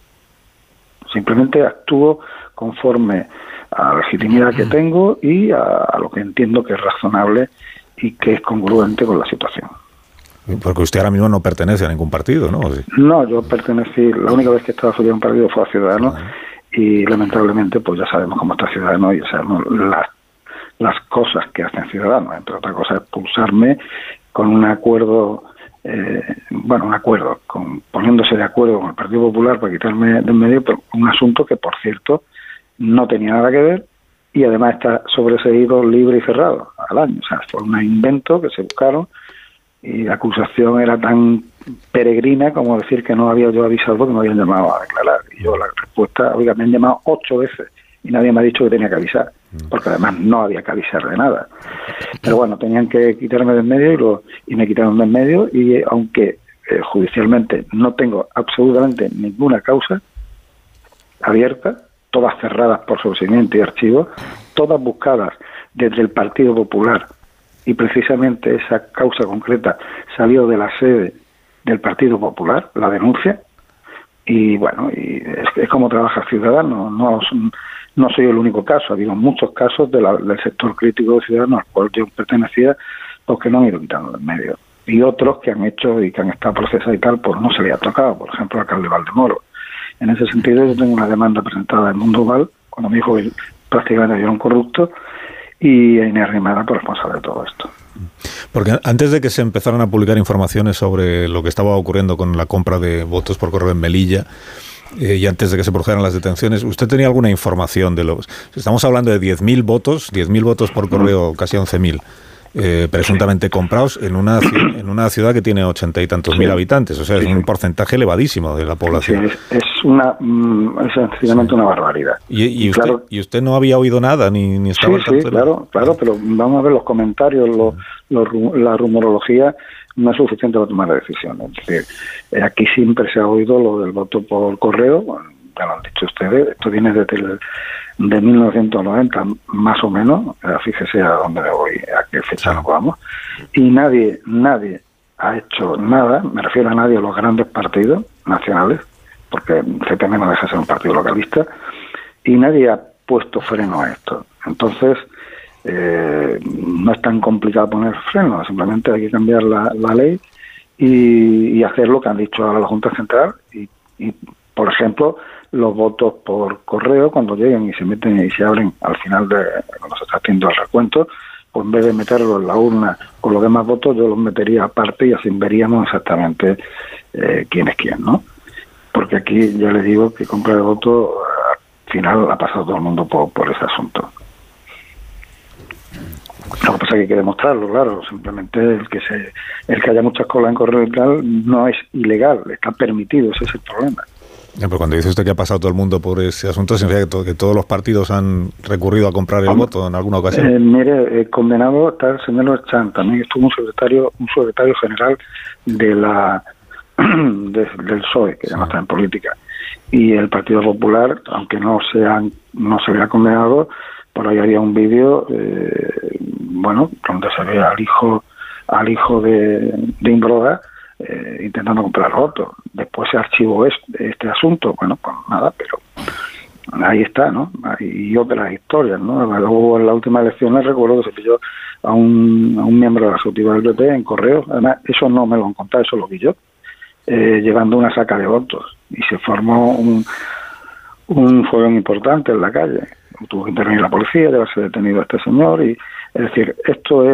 Simplemente actúo conforme a la legitimidad que tengo y a, a lo que entiendo que es razonable y que es congruente con la situación. Porque usted ahora mismo no pertenece a ningún partido, ¿no? ¿Sí? No, yo pertenecí, la única vez que estaba afiliado a un partido fue a Ciudadanos, ah. Y lamentablemente pues ya sabemos cómo está Ciudadanos y ya sabemos las, las cosas que hacen Ciudadanos, entre otras cosas expulsarme con un acuerdo, eh, bueno, un acuerdo, con, poniéndose de acuerdo con el Partido Popular para quitarme de en medio, pero un asunto que por cierto no tenía nada que ver y además está sobreseído, libre y cerrado al año. O sea, fue un invento que se buscaron y la acusación era tan peregrina como decir que no había yo avisado porque me habían llamado a declarar. Y yo la respuesta, oiga, me han llamado ocho veces y nadie me ha dicho que tenía que avisar, porque además no había que avisar de nada. Pero bueno, tenían que quitarme de en medio y, lo, y me quitaron de en medio y aunque eh, judicialmente no tengo absolutamente ninguna causa abierta, todas cerradas por sobreseimiento y archivo, todas buscadas desde el Partido Popular y precisamente esa causa concreta salió de la sede del Partido Popular, la denuncia, y bueno, y es, es como trabaja Ciudadanos, no, no soy el único caso, ha habido muchos casos de la, del sector crítico de Ciudadanos al cual yo pertenecía, los que no han ido quitando del medio, y otros que han hecho y que han estado procesados y tal, pues no se les ha tocado, por ejemplo, el alcalde Valdemoro. En ese sentido yo tengo una demanda presentada en Mundo Val, cuando me dijo que prácticamente yo era un corrupto, y a Inés Rimada por responsable de todo esto. Porque antes de que se empezaran a publicar informaciones sobre lo que estaba ocurriendo con la compra de votos por correo en Melilla, eh, y antes de que se produjeran las detenciones, ¿usted tenía alguna información de los...? Estamos hablando de diez mil votos, diez mil votos por correo, casi once mil, eh, presuntamente comprados en una en una ciudad que tiene ochenta y tantos sí. mil habitantes, o sea, es sí. un porcentaje elevadísimo de la población. Sí, es, es una es sencillamente sí. una barbaridad. ¿Y, y, usted, claro, ¿Y usted no había oído nada ni, ni estaba Sí, sí, claro, claro, pero vamos a ver los comentarios, los, los, la rumorología no es suficiente para tomar la decisión. Es decir, eh, aquí siempre se ha oído lo del voto por correo, bueno, ya lo han dicho ustedes, esto viene desde el de mil novecientos noventa más o menos, fíjese a dónde me voy, a qué fecha nos vamos, y nadie, nadie ha hecho nada, me refiero a nadie a los grandes partidos nacionales, porque C P M no deja de ser un partido localista, y nadie ha puesto freno a esto. Entonces, eh, no es tan complicado poner freno, simplemente hay que cambiar la, la ley y, y hacer lo que han dicho ahora la Junta Central y, y, por ejemplo, los votos por correo cuando lleguen y se meten y se abren al final de cuando se está haciendo el recuento, pues en vez de meterlos en la urna con los demás votos, yo los metería aparte y así veríamos exactamente eh, quién es quién, ¿no? Porque aquí ya les digo que compra de voto al final ha pasado todo el mundo por, por ese asunto. Lo que pasa es que hay que demostrarlo, claro, simplemente el que se el que haya muchas colas en correo y tal no es ilegal, está permitido, ese es el problema. Ya, pero cuando dice usted que ha pasado todo el mundo por ese asunto, ¿significa que, to- que todos los partidos han recurrido a comprar el Hombre, voto en alguna ocasión? Eh, mire, eh, condenado está el señor Erchan, también estuvo un secretario un secretario general de la de, del P S O E, que ya no está en política, y el Partido Popular, aunque no sean no se vea condenado, por ahí había un vídeo, eh, bueno, donde se ve al hijo al hijo de, de Imbroda eh, intentando comprar votos. Después se archivó este, este asunto, bueno, pues nada, pero ahí está, ¿no? Y otras historias, ¿no? Luego en las últimas elecciones recuerdo que se pilló a un, a un miembro de la ejecutiva del P P en correo, además eso no me lo han contado, eso lo vi yo, eh, llevando una saca de votos y se formó un, un follón importante en la calle. Tuvo que intervenir la policía, llevarse detenido a este señor y, es decir, esto es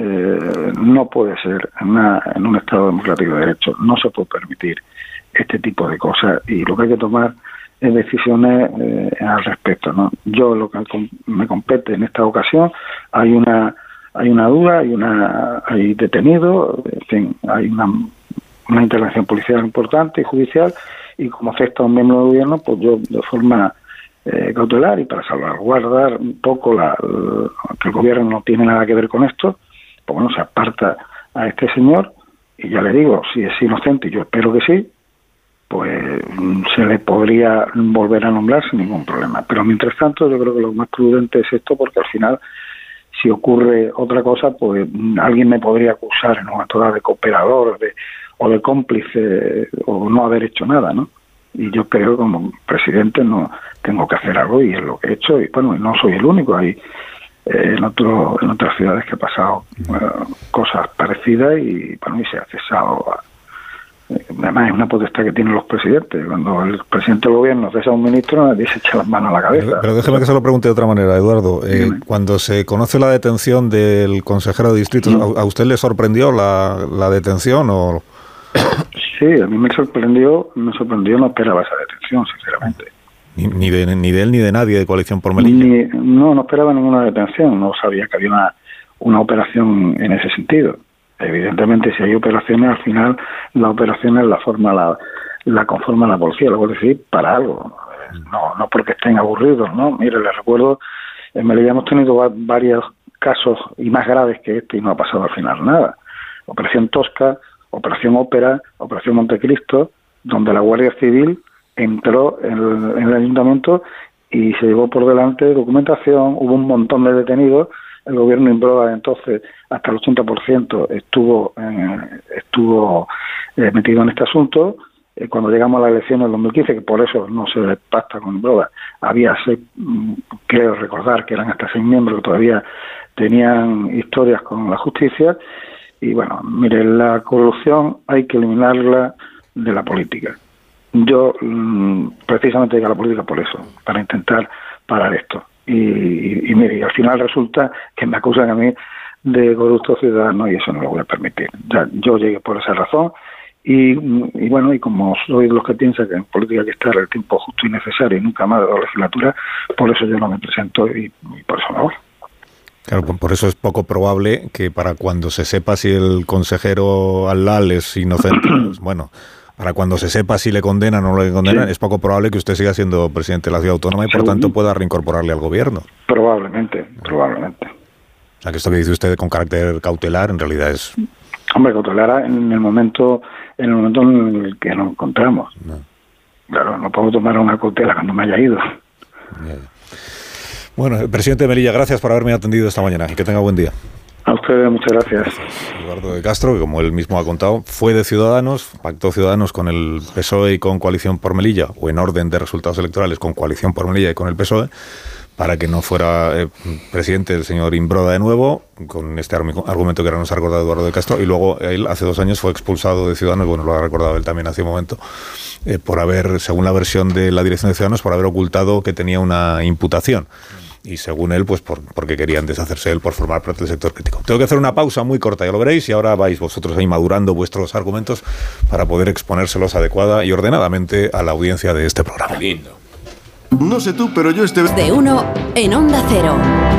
eh, no puede ser en, una, en un Estado democrático de derecho, no se puede permitir este tipo de cosas y lo que hay que tomar es decisiones eh, al respecto, ¿no? Yo lo que me compete en esta ocasión, hay una hay una duda, hay una hay detenido, en fin, hay una, una intervención policial importante y judicial y como afecta a un miembro del gobierno, pues yo de forma eh, cautelar y para salvaguardar un poco la, la, que el gobierno no tiene nada que ver con esto, pues bueno, se aparta a este señor y ya le digo, si es inocente, y yo espero que sí, pues se le podría volver a nombrar sin ningún problema. Pero mientras tanto yo creo que lo más prudente es esto porque al final si ocurre otra cosa pues alguien me podría acusar en un momento dado de cooperador de, o de cómplice o no haber hecho nada, ¿no? Y yo creo que como presidente no tengo que hacer algo y es lo que he hecho y bueno, no soy el único, hay eh, en, otro, en otras ciudades que ha pasado uh, cosas parecidas y bueno, y se ha cesado a además es una potestad que tienen los presidentes. Cuando el presidente del gobierno cesa a un ministro, nadie se echa las manos a la cabeza. Pero, pero déjeme que se lo pregunte de otra manera, Eduardo. Eh, cuando se conoce la detención del consejero de distrito, ¿a, ¿a usted le sorprendió la, la detención o...? Sí, a mí me sorprendió, me sorprendió, no esperaba esa detención, sinceramente. Ni, ni, de, ni de él ni de nadie de Coalición por Melilla. Ni, no, no esperaba ninguna detención, no sabía que había una, una operación en ese sentido. Evidentemente, si hay operaciones, al final las operaciones la forma la, la conforma la policía, lo voy a decir, para algo, no no porque estén aburridos, ¿no? Mire, les recuerdo, en Melilla hemos tenido va, varios casos y más graves que este y no ha pasado al final nada. Operación Tosca, Operación Ópera, Operación Montecristo, donde la Guardia Civil entró en el, en el ayuntamiento y se llevó por delante documentación, hubo un montón de detenidos. El gobierno Imbroda entonces hasta el ochenta por ciento estuvo eh, estuvo eh, metido en este asunto. Eh, cuando llegamos a las elecciones del dos mil quince, que por eso no se pacta con Imbroda, había seis, creo recordar que eran hasta seis miembros que todavía tenían historias con la justicia. Y bueno, mire, la corrupción hay que eliminarla de la política. Yo mmm, precisamente llegué a la política por eso, para intentar parar esto. Y, y, y mire, y al final resulta que me acusan a mí de corrupto ciudadano y eso no lo voy a permitir. Ya, yo llegué por esa razón y, y bueno, y como soy de los que piensan que en política hay que estar el tiempo justo y necesario y nunca más de la legislatura, por eso yo no me presento y, y por eso no voy. Claro, por eso es poco probable que para cuando se sepa si el consejero Al-Lal es inocente, pues bueno... Para cuando se sepa si le condenan o no le condenan, sí. Es poco probable que usted siga siendo presidente de la ciudad autónoma y por Según, tanto pueda reincorporarle al gobierno. Probablemente, probablemente. O sea, que esto que dice usted con carácter cautelar en realidad es... Hombre, cautelar en el momento en el momento en el que nos encontramos. No. Claro, no puedo tomar una cautela cuando me haya ido. Yeah. Bueno, presidente Melilla, gracias por haberme atendido esta mañana y que tenga buen día. A ustedes, muchas gracias. Eduardo de Castro, que como él mismo ha contado, fue de Ciudadanos, pactó Ciudadanos con el P S O E y con Coalición por Melilla, o en orden de resultados electorales con Coalición por Melilla y con el P S O E, para que no fuera eh, presidente el señor Imbroda de nuevo, con este argumento que ahora nos ha recordado Eduardo de Castro, y luego él hace dos años fue expulsado de Ciudadanos, bueno, lo ha recordado él también hace un momento, eh, por haber, según la versión de la dirección de Ciudadanos, por haber ocultado que tenía una imputación. Y según él, pues por, porque querían deshacerse de él por formar parte del sector crítico. Tengo que hacer una pausa muy corta, ya lo veréis, y ahora vais vosotros ahí madurando vuestros argumentos para poder exponérselos adecuada y ordenadamente a la audiencia de este programa. Lindo. No sé tú, pero yo este... De uno en Onda Cero.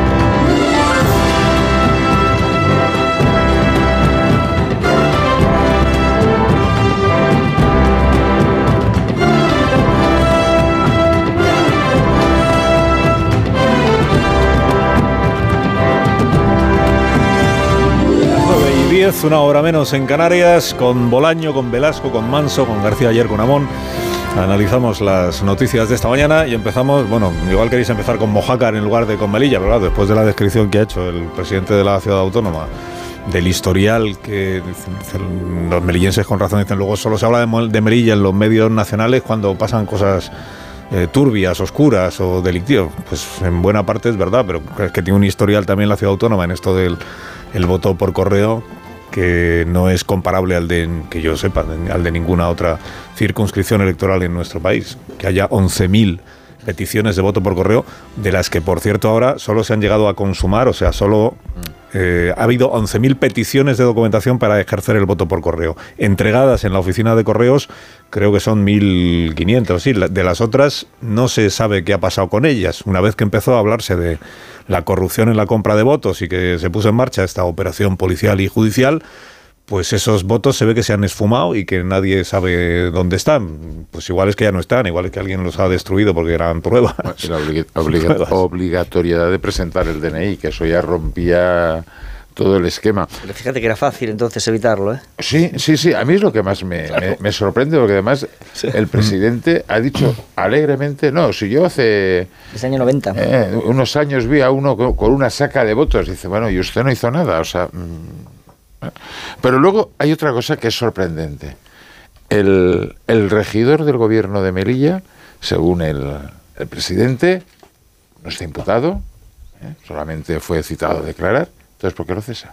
nueve y diez, una hora menos en Canarias, con Bolaño, con Velasco, con Manso, con García ayer, con Amón. Analizamos las noticias de esta mañana y empezamos, bueno, igual queréis empezar con Mojácar en lugar de con Melilla, pero claro, después de la descripción que ha hecho el presidente de la ciudad autónoma, del historial que dicen, los melillenses con razón dicen, luego solo se habla de, de Melilla en los medios nacionales cuando pasan cosas eh, turbias, oscuras o delictivas. Pues en buena parte es verdad, pero es que tiene un historial también la ciudad autónoma en esto del el voto por correo, que no es comparable al de, que yo sepa, al de ninguna otra circunscripción electoral en nuestro país. Que haya once mil peticiones de voto por correo, de las que, por cierto, ahora solo se han llegado a consumar, o sea, solo eh, ha habido once mil peticiones de documentación para ejercer el voto por correo. Entregadas en la oficina de correos, creo que son mil quinientos, sí. De las otras no se sabe qué ha pasado con ellas. Una vez que empezó a hablarse de la corrupción en la compra de votos y que se puso en marcha esta operación policial y judicial, pues esos votos se ve que se han esfumado y que nadie sabe dónde están. Pues igual es que ya no están, igual es que alguien los ha destruido porque eran pruebas. La obliga- obliga- pruebas. Obligatoriedad de presentar el D N I, que eso ya rompía todo el esquema. Pero fíjate que era fácil entonces evitarlo, ¿eh? Sí, sí, sí. A mí es lo que más me, me, me sorprende, porque además sí. el presidente ha dicho alegremente, no, si yo hace... Desde el año noventa. Eh, unos años vi a uno con, con una saca de votos, dice, bueno, y usted no hizo nada, o sea... Mmm, pero luego hay otra cosa que es sorprendente. El, el regidor del gobierno de Melilla, según el, el presidente, no está imputado, ¿eh? Solamente fue citado a declarar. Entonces, ¿por qué lo cesa?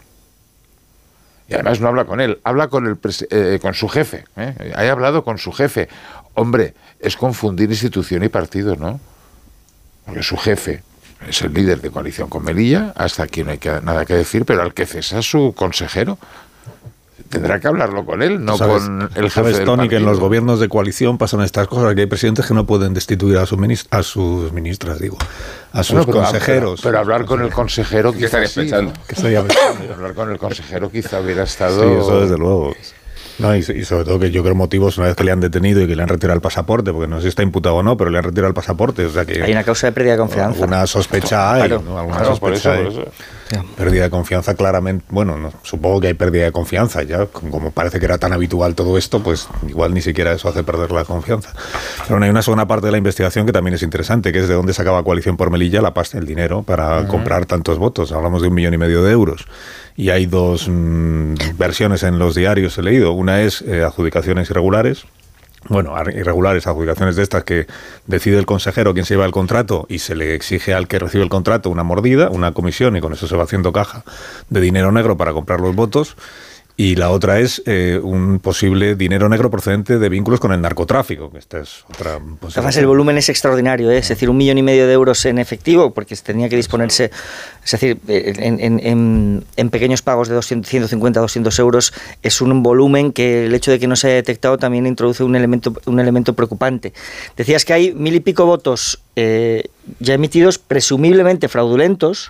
Y además no habla con él, habla con, el pres- eh, con su jefe. ¿eh? Ha hablado con su jefe. Hombre, es confundir institución y partido, ¿no? Porque su jefe es el líder de coalición con Melilla, hasta aquí no hay que, nada que decir, pero al que cesa su consejero. Tendrá que hablarlo con él, no ¿Sabes, con el jefe sabes, del Tony, partido. que en los gobiernos de coalición pasan estas cosas, que hay presidentes que no pueden destituir a sus, minist- a sus ministras, digo, a sus Bueno, pero, consejeros. Pero, pero hablar con el consejero ¿Qué quizá estarías sí, pensando? ¿no? ¿Qué estaría pensando? Hablar con el consejero quizá hubiera estado... Sí, eso desde luego. No, y, y sobre todo que yo creo motivos, una vez que le han detenido y que le han retirado el pasaporte, porque no sé si está imputado o no, pero le han retirado el pasaporte, o sea que... Hay una causa de pérdida de confianza. Alguna sospecha hay, Claro. ¿no? Alguna Claro, por sospecha eso, hay. por eso. Pérdida de confianza claramente, bueno, no, supongo que hay pérdida de confianza, ya como parece que era tan habitual todo esto, pues igual ni siquiera eso hace perder la confianza. Pero bueno, hay una segunda parte de la investigación que también es interesante, que es de dónde sacaba Coalición por Melilla la pasta, el dinero para uh-huh. comprar tantos votos. Hablamos de un millón y medio de euros. Y hay dos mmm, versiones en los diarios, he leído. Una es eh, adjudicaciones irregulares. Bueno, irregulares, adjudicaciones de estas que decide el consejero quién se lleva el contrato y se le exige al que recibe el contrato una mordida, una comisión, y con eso se va haciendo caja de dinero negro para comprar los votos. Y la otra es eh, un posible dinero negro procedente de vínculos con el narcotráfico, que esta es otra posibilidad. Además, el volumen es extraordinario, ¿eh? Es decir, un millón y medio de euros en efectivo, porque tenía que disponerse, es decir, en, en, en, en pequeños pagos de doscientos, ciento cincuenta, doscientos euros, es un volumen que el hecho de que no se haya detectado también introduce un elemento, un elemento preocupante. Decías que hay mil y pico votos eh, ya emitidos, presumiblemente fraudulentos,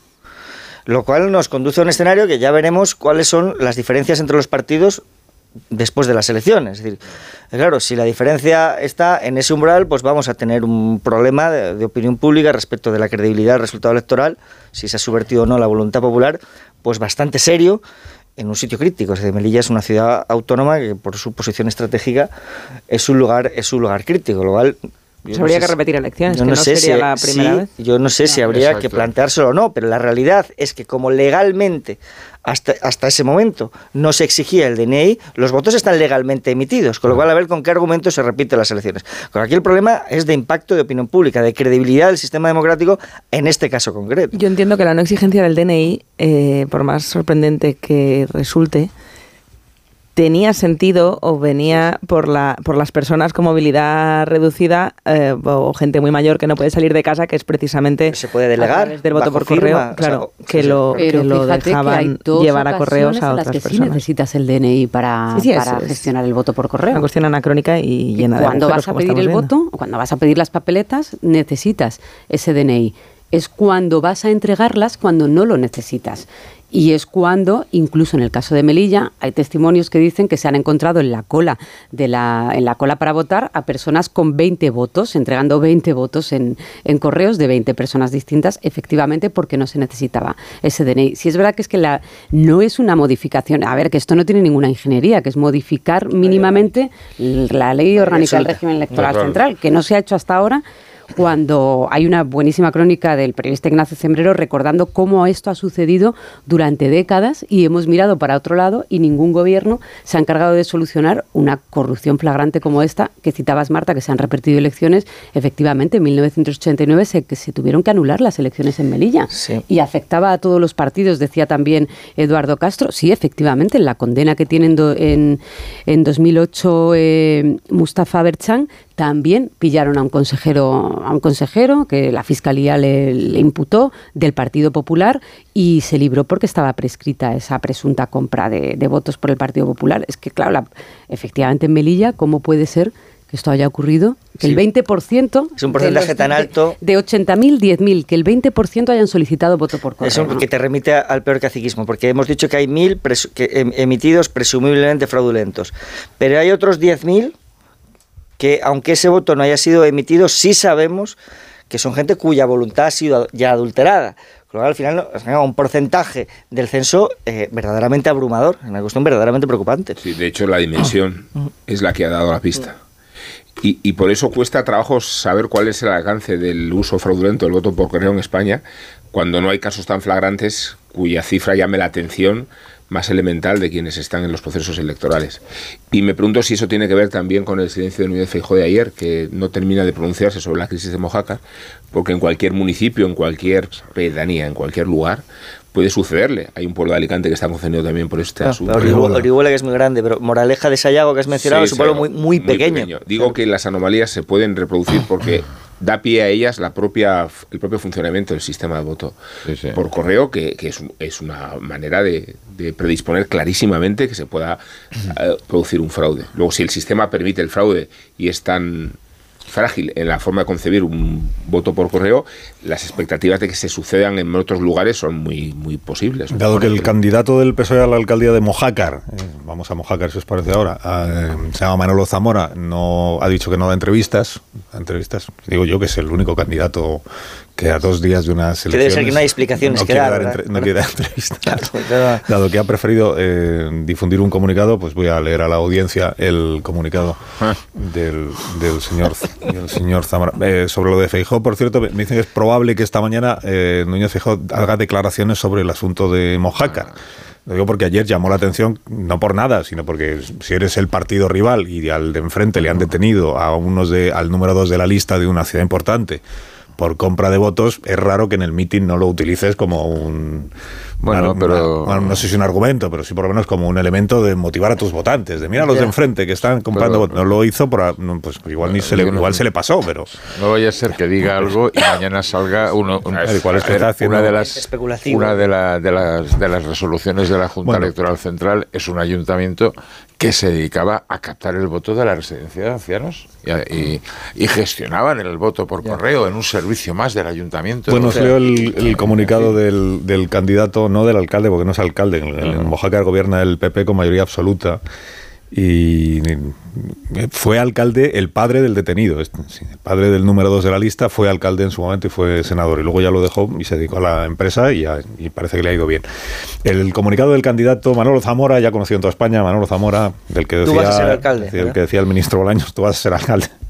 lo cual nos conduce a un escenario que ya veremos cuáles son las diferencias entre los partidos después de las elecciones. Es decir, claro, si la diferencia está en ese umbral, pues vamos a tener un problema de, de opinión pública respecto de la credibilidad del resultado electoral, si se ha subvertido o no la voluntad popular, pues bastante serio en un sitio crítico. Es decir, Melilla es una ciudad autónoma que por su posición estratégica es un lugar, es un lugar crítico, lo cual Pues habría que repetir elecciones, yo que no, no sé sería si, la primera sí, vez. Yo no sé si habría Exacto. que planteárselo o no, pero la realidad es que como legalmente hasta, hasta ese momento no se exigía el D N I, los votos están legalmente emitidos, con lo cual a ver con qué argumento se repiten las elecciones. Con aquí el problema es de impacto de opinión pública, de credibilidad del sistema democrático en este caso concreto. Yo entiendo que la no exigencia del D N I, eh, por más sorprendente que resulte, tenía sentido o venía por la por las personas con movilidad reducida eh, o gente muy mayor que no puede salir de casa, que es precisamente se puede delegar a través del voto bajo por correo, firma, claro, o sea, que sí, lo, Pero que lo fíjate dejaban que hay dos llevar a correos ocasiones a en las otras que personas. sí necesitas el D N I para, Sí, sí, es- para es gestionar el voto por correo. Una cuestión anacrónica y llena de Cuando agujeros, vas a como pedir el estamos viendo. voto, cuando vas a pedir las papeletas, necesitas ese D N I. Es cuando vas a entregarlas cuando no lo necesitas. Y es cuando, incluso en el caso de Melilla, hay testimonios que dicen que se han encontrado en la cola de la, en la cola para votar a personas con veinte votos, entregando veinte votos en, en correos de veinte personas distintas, efectivamente porque no se necesitaba ese D N I. Si es verdad que es que la, no es una modificación, a ver, que esto no tiene ninguna ingeniería, que es modificar mínimamente la ley orgánica del régimen electoral Claro. central, que no se ha hecho hasta ahora, cuando hay una buenísima crónica del periodista Ignacio Cembrero recordando cómo esto ha sucedido durante décadas y hemos mirado para otro lado y ningún gobierno se ha encargado de solucionar una corrupción flagrante como esta que citabas, Marta, que se han repetido elecciones. Efectivamente, en mil novecientos ochenta y nueve se, que se tuvieron que anular las elecciones en Melilla Sí. y afectaba a todos los partidos, decía también Eduardo Castro. Sí, efectivamente, en la condena que tienen do, en, en dos mil ocho eh, Mustafa Berchan, también pillaron a un consejero, a un consejero que la Fiscalía le, le imputó del Partido Popular y se libró porque estaba prescrita esa presunta compra de, de votos por el Partido Popular. Es que, claro, la, efectivamente en Melilla, ¿cómo puede ser que esto haya ocurrido? Que Sí. el veinte por ciento... Es un porcentaje de los- tan alto. De, de ochenta mil, diez mil, que el veinte por ciento hayan solicitado voto por correo. Eso que te remite al peor caciquismo, porque hemos dicho que hay mil presu- que, em, emitidos presumiblemente fraudulentos, pero hay otros diez mil que, aunque ese voto no haya sido emitido, sí sabemos que son gente cuya voluntad ha sido ya adulterada. Con lo cual, al final, no, un porcentaje del censo eh, verdaderamente abrumador, una cuestión verdaderamente preocupante. Sí, de hecho, la dimensión es la que ha dado la pista. Y, y por eso cuesta trabajo saber cuál es el alcance del uso fraudulento del voto por correo en España, cuando no hay casos tan flagrantes cuya cifra llame la atención más elemental de quienes están en los procesos electorales. Y me pregunto si eso tiene que ver también con el silencio de Núñez Feijóo de ayer, que no termina de pronunciarse sobre la crisis de Mojácar, porque en cualquier municipio, en cualquier pedanía, en cualquier lugar, puede sucederle. Hay un pueblo de Alicante que está concebido también por este Claro, asunto. Orihuela, Orihuela, que es muy grande, pero Moraleja de Sayago, que has mencionado, Sí, es un pueblo Sayago, muy, muy pequeño. Digo que las anomalías se pueden reproducir porque da pie a ellas la propia el propio funcionamiento del sistema de voto Sí, sí. por correo, que, que es, un- es una manera de, de predisponer clarísimamente que se pueda eh, producir un fraude. Luego, si el sistema permite el fraude y es tan frágil en la forma de concebir un voto por correo, las expectativas de que se sucedan en otros lugares son muy, muy posibles. Dado Por que el ejemplo. candidato del P S O E a la alcaldía de Mojácar, eh, vamos a Mojácar si os parece ahora, eh, se llama Manolo Zamora, no ha dicho que no da entrevistas, da entrevistas, digo yo que es el único candidato que a dos días de unas Que elecciones... debe ser que no hay explicaciones no que quiere dar, dar ¿verdad? entre- no quiere dar entrevistas. Claro. Dado que ha preferido eh, difundir un comunicado, pues voy a leer a la audiencia el comunicado del, del señor del señor Zamora. Eh, sobre lo de Feijóo, por cierto, me dicen que es probable que esta mañana eh, Núñez Feijóo haga declaraciones sobre el asunto de Mojácar. Lo digo porque ayer llamó la atención, no por nada, sino porque si eres el partido rival y al de enfrente le han detenido a unos de, al número dos de la lista de una ciudad importante por compra de votos, es raro que en el mitin no lo utilices como un... Bueno, una- pero- una- bueno, no sé si un argumento, pero sí por lo menos como un elemento de motivar a tus votantes, de mira a los Ya. de enfrente que están comprando Pero- votos. No lo hizo, por, no, pues igual, ni se le, Yo no- igual se le pasó, pero... No vaya a ser que diga algo y mañana salga uno, un- A ver, ¿cuál es que a ver, está haciendo? una de las Especulativo. una de, la- de las de las resoluciones de la Junta Bueno. Electoral Central es un ayuntamiento que se dedicaba a captar el voto de la residencia de ancianos y, y- y gestionaban el voto por correo en un servicio más del ayuntamiento. Bueno, O os sea, leo el, el comunicado del, del candidato, no del alcalde, porque no es alcalde. En, en Mojácar gobierna el P P con mayoría absoluta. Y fue alcalde el padre del detenido. Este, sí, el padre del número dos de la lista fue alcalde en su momento y fue senador. Y luego ya lo dejó y se dedicó a la empresa y, ya- y parece que le ha ido bien. El comunicado del candidato Manolo Zamora, ya conocido en toda España, Manolo Zamora, del que Tú decía, vas a ser alcalde, decía- el ¿verdad? que decía el ministro Bolaños, tú vas a ser alcalde.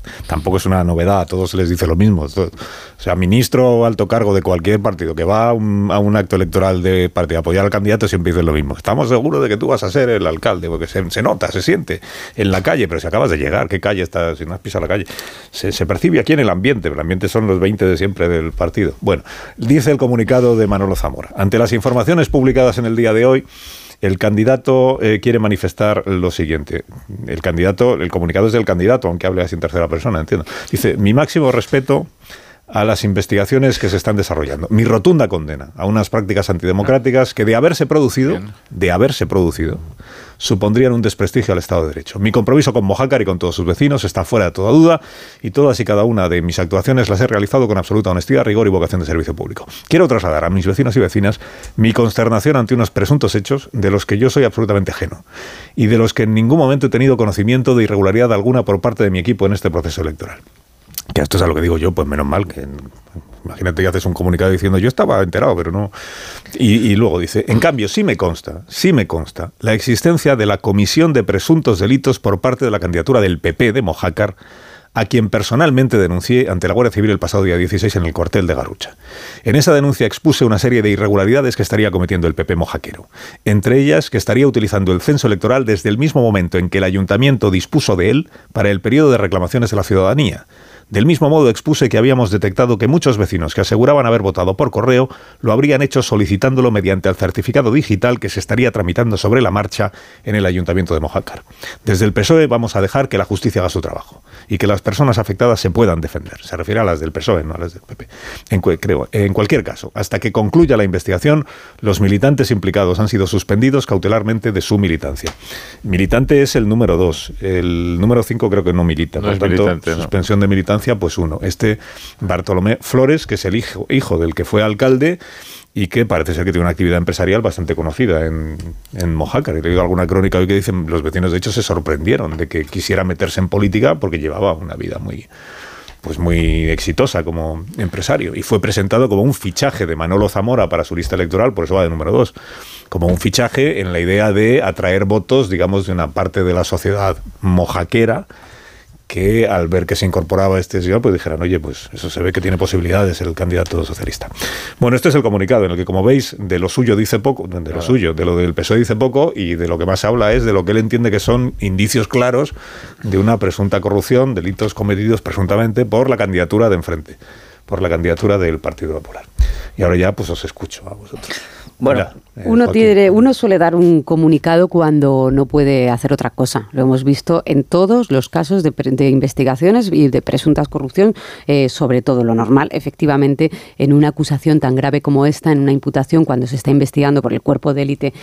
tampoco es una novedad, a todos se les dice lo mismo. O sea, ministro o alto cargo de cualquier partido que va a un, a un acto electoral de partido a apoyar al candidato siempre dice lo mismo. Estamos seguros de que tú vas a ser el alcalde, porque se, se nota, se siente en la calle, pero si acabas de llegar, ¿qué calle estás? Si no has pisado la calle. Se, se percibe aquí en el ambiente, pero el ambiente son los veinte de siempre del partido. Bueno, dice el comunicado de Manolo Zamora. Ante las informaciones publicadas en el día de hoy, el candidato eh, quiere manifestar lo siguiente. El candidato, el comunicado es del candidato, aunque hable así en tercera persona, entiendo. Dice, mi máximo respeto a las investigaciones que se están desarrollando. Mi rotunda condena a unas prácticas antidemocráticas que de haberse producido, de haberse producido, supondrían un desprestigio al Estado de Derecho. Mi compromiso con Mojácar y con todos sus vecinos está fuera de toda duda y todas y cada una de mis actuaciones las he realizado con absoluta honestidad, rigor y vocación de servicio público. Quiero trasladar a mis vecinos y vecinas mi consternación ante unos presuntos hechos de los que yo soy absolutamente ajeno y de los que en ningún momento he tenido conocimiento de irregularidad alguna por parte de mi equipo en este proceso electoral. Que esto es a lo que digo yo, pues menos mal que... Imagínate que haces un comunicado diciendo yo estaba enterado, pero no... Y, y luego dice, en cambio, sí me consta, sí me consta la existencia de la comisión de presuntos delitos por parte de la candidatura del P P de Mojácar, a quien personalmente denuncié ante la Guardia Civil el pasado día dieciséis en el cuartel de Garrucha. En esa denuncia expuse una serie de irregularidades que estaría cometiendo el P P mojaquero. Entre ellas, que estaría utilizando el censo electoral desde el mismo momento en que el ayuntamiento dispuso de él para el periodo de reclamaciones de la ciudadanía. Del mismo modo expuse que habíamos detectado que muchos vecinos que aseguraban haber votado por correo lo habrían hecho solicitándolo mediante el certificado digital que se estaría tramitando sobre la marcha en el Ayuntamiento de Mojácar. Desde el P S O E vamos a dejar que la justicia haga su trabajo y que las personas afectadas se puedan defender. Se refiere a las del P S O E, no a las del P P. En, creo, en cualquier caso, hasta que concluya la investigación, los militantes implicados han sido suspendidos cautelarmente de su militancia. Militante es el número dos. El número cinco creo que no milita. No por es tanto, militante, no. Suspensión de militancia, pues uno. Este Bartolomé Flores, que es el hijo, hijo del que fue alcalde y que parece ser que tiene una actividad empresarial bastante conocida en, en Mojácar. He leído alguna crónica hoy que dicen, los vecinos de hecho se sorprendieron de que quisiera meterse en política porque llevaba una vida muy... pues muy exitosa como empresario, y fue presentado como un fichaje de Manolo Zamora para su lista electoral, por eso va de número dos, como un fichaje en la idea de atraer votos, digamos, de una parte de la sociedad mojaquera, que al ver que se incorporaba este señor, pues dijeran, oye, pues eso se ve que tiene posibilidades el candidato socialista. Bueno, este es el comunicado en el que, como veis, de lo suyo dice poco, de lo claro. suyo, de lo del P S O E dice poco, y de lo que más se habla es de lo que él entiende que son indicios claros de una presunta corrupción, delitos cometidos presuntamente por la candidatura de enfrente, por la candidatura del Partido Popular. Y ahora ya, pues os escucho a vosotros. Bueno, Mira, eh, uno, tiene, uno suele dar un comunicado cuando no puede hacer otra cosa. Lo hemos visto en todos los casos de, de investigaciones y de presuntas corrupción, eh, sobre todo lo normal. Efectivamente, en una acusación tan grave como esta, en una imputación, cuando se está investigando por el cuerpo de élite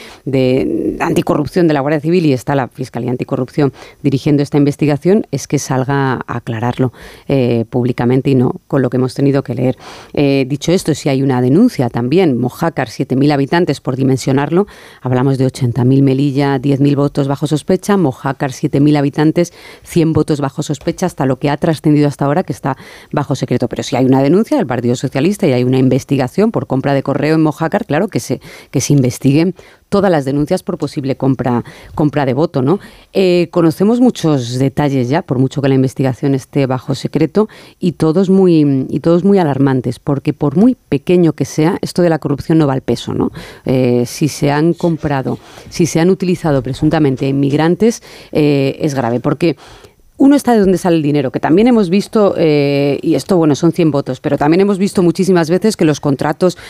de anticorrupción de la Guardia Civil y está la Fiscalía Anticorrupción dirigiendo esta investigación, es que salga a aclararlo eh, públicamente y no con lo que hemos tenido que leer. Eh, dicho esto, si hay una denuncia también, Mojácar, siete mil habitantes, por dimensionarlo, hablamos de ochenta mil Melilla, diez mil votos bajo sospecha, Mojácar siete mil habitantes, cien votos bajo sospecha, hasta lo que ha trascendido hasta ahora, que está bajo secreto. Pero si hay una denuncia del Partido Socialista y hay una investigación por compra de correo en Mojácar, claro que se, que se investiguen todas las denuncias por posible compra, compra de voto, ¿no? Eh, conocemos muchos detalles ya, por mucho que la investigación esté bajo secreto, y todos muy, y todos muy alarmantes, porque por muy pequeño que sea, esto de la corrupción no va al peso, ¿no? Eh, si se han comprado, si se han utilizado presuntamente inmigrantes, eh, es grave, porque uno está de dónde sale el dinero, que también hemos visto, eh, y esto, bueno, son cien votos, pero también hemos visto muchísimas veces que los contratos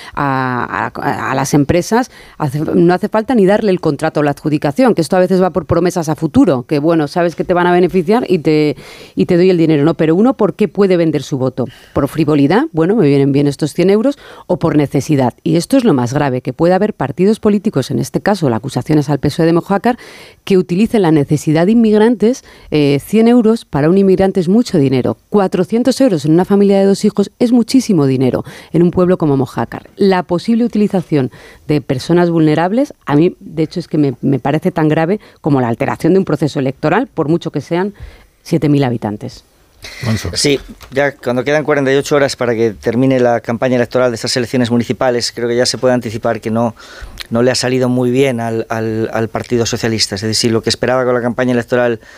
a, a, a las empresas, hace, no hace falta ni darle el contrato o la adjudicación, que esto a veces va por promesas a futuro, que bueno, sabes que te van a beneficiar y te, y te doy el dinero, ¿no? Pero uno, ¿por qué puede vender su voto? ¿Por frivolidad? Bueno, me vienen bien estos cien euros, o por necesidad. Y esto es lo más grave, que puede haber partidos políticos, en este caso la acusación es al P S O E de Mojácar, que utilicen la necesidad de inmigrantes, eh, cien euros para un inmigrante es mucho dinero. cuatrocientos euros en una familia de dos hijos es muchísimo dinero en un pueblo como Mojácar. La posible utilización de personas vulnerables, a mí, de hecho, es que me, me parece tan grave como la alteración de un proceso electoral, por mucho que sean siete mil habitantes. Sí, ya cuando quedan cuarenta y ocho horas para que termine la campaña electoral de estas elecciones municipales, creo que ya se puede anticipar que no, no le ha salido muy bien al, al, al Partido Socialista. Es decir, lo que esperaba con la campaña electoral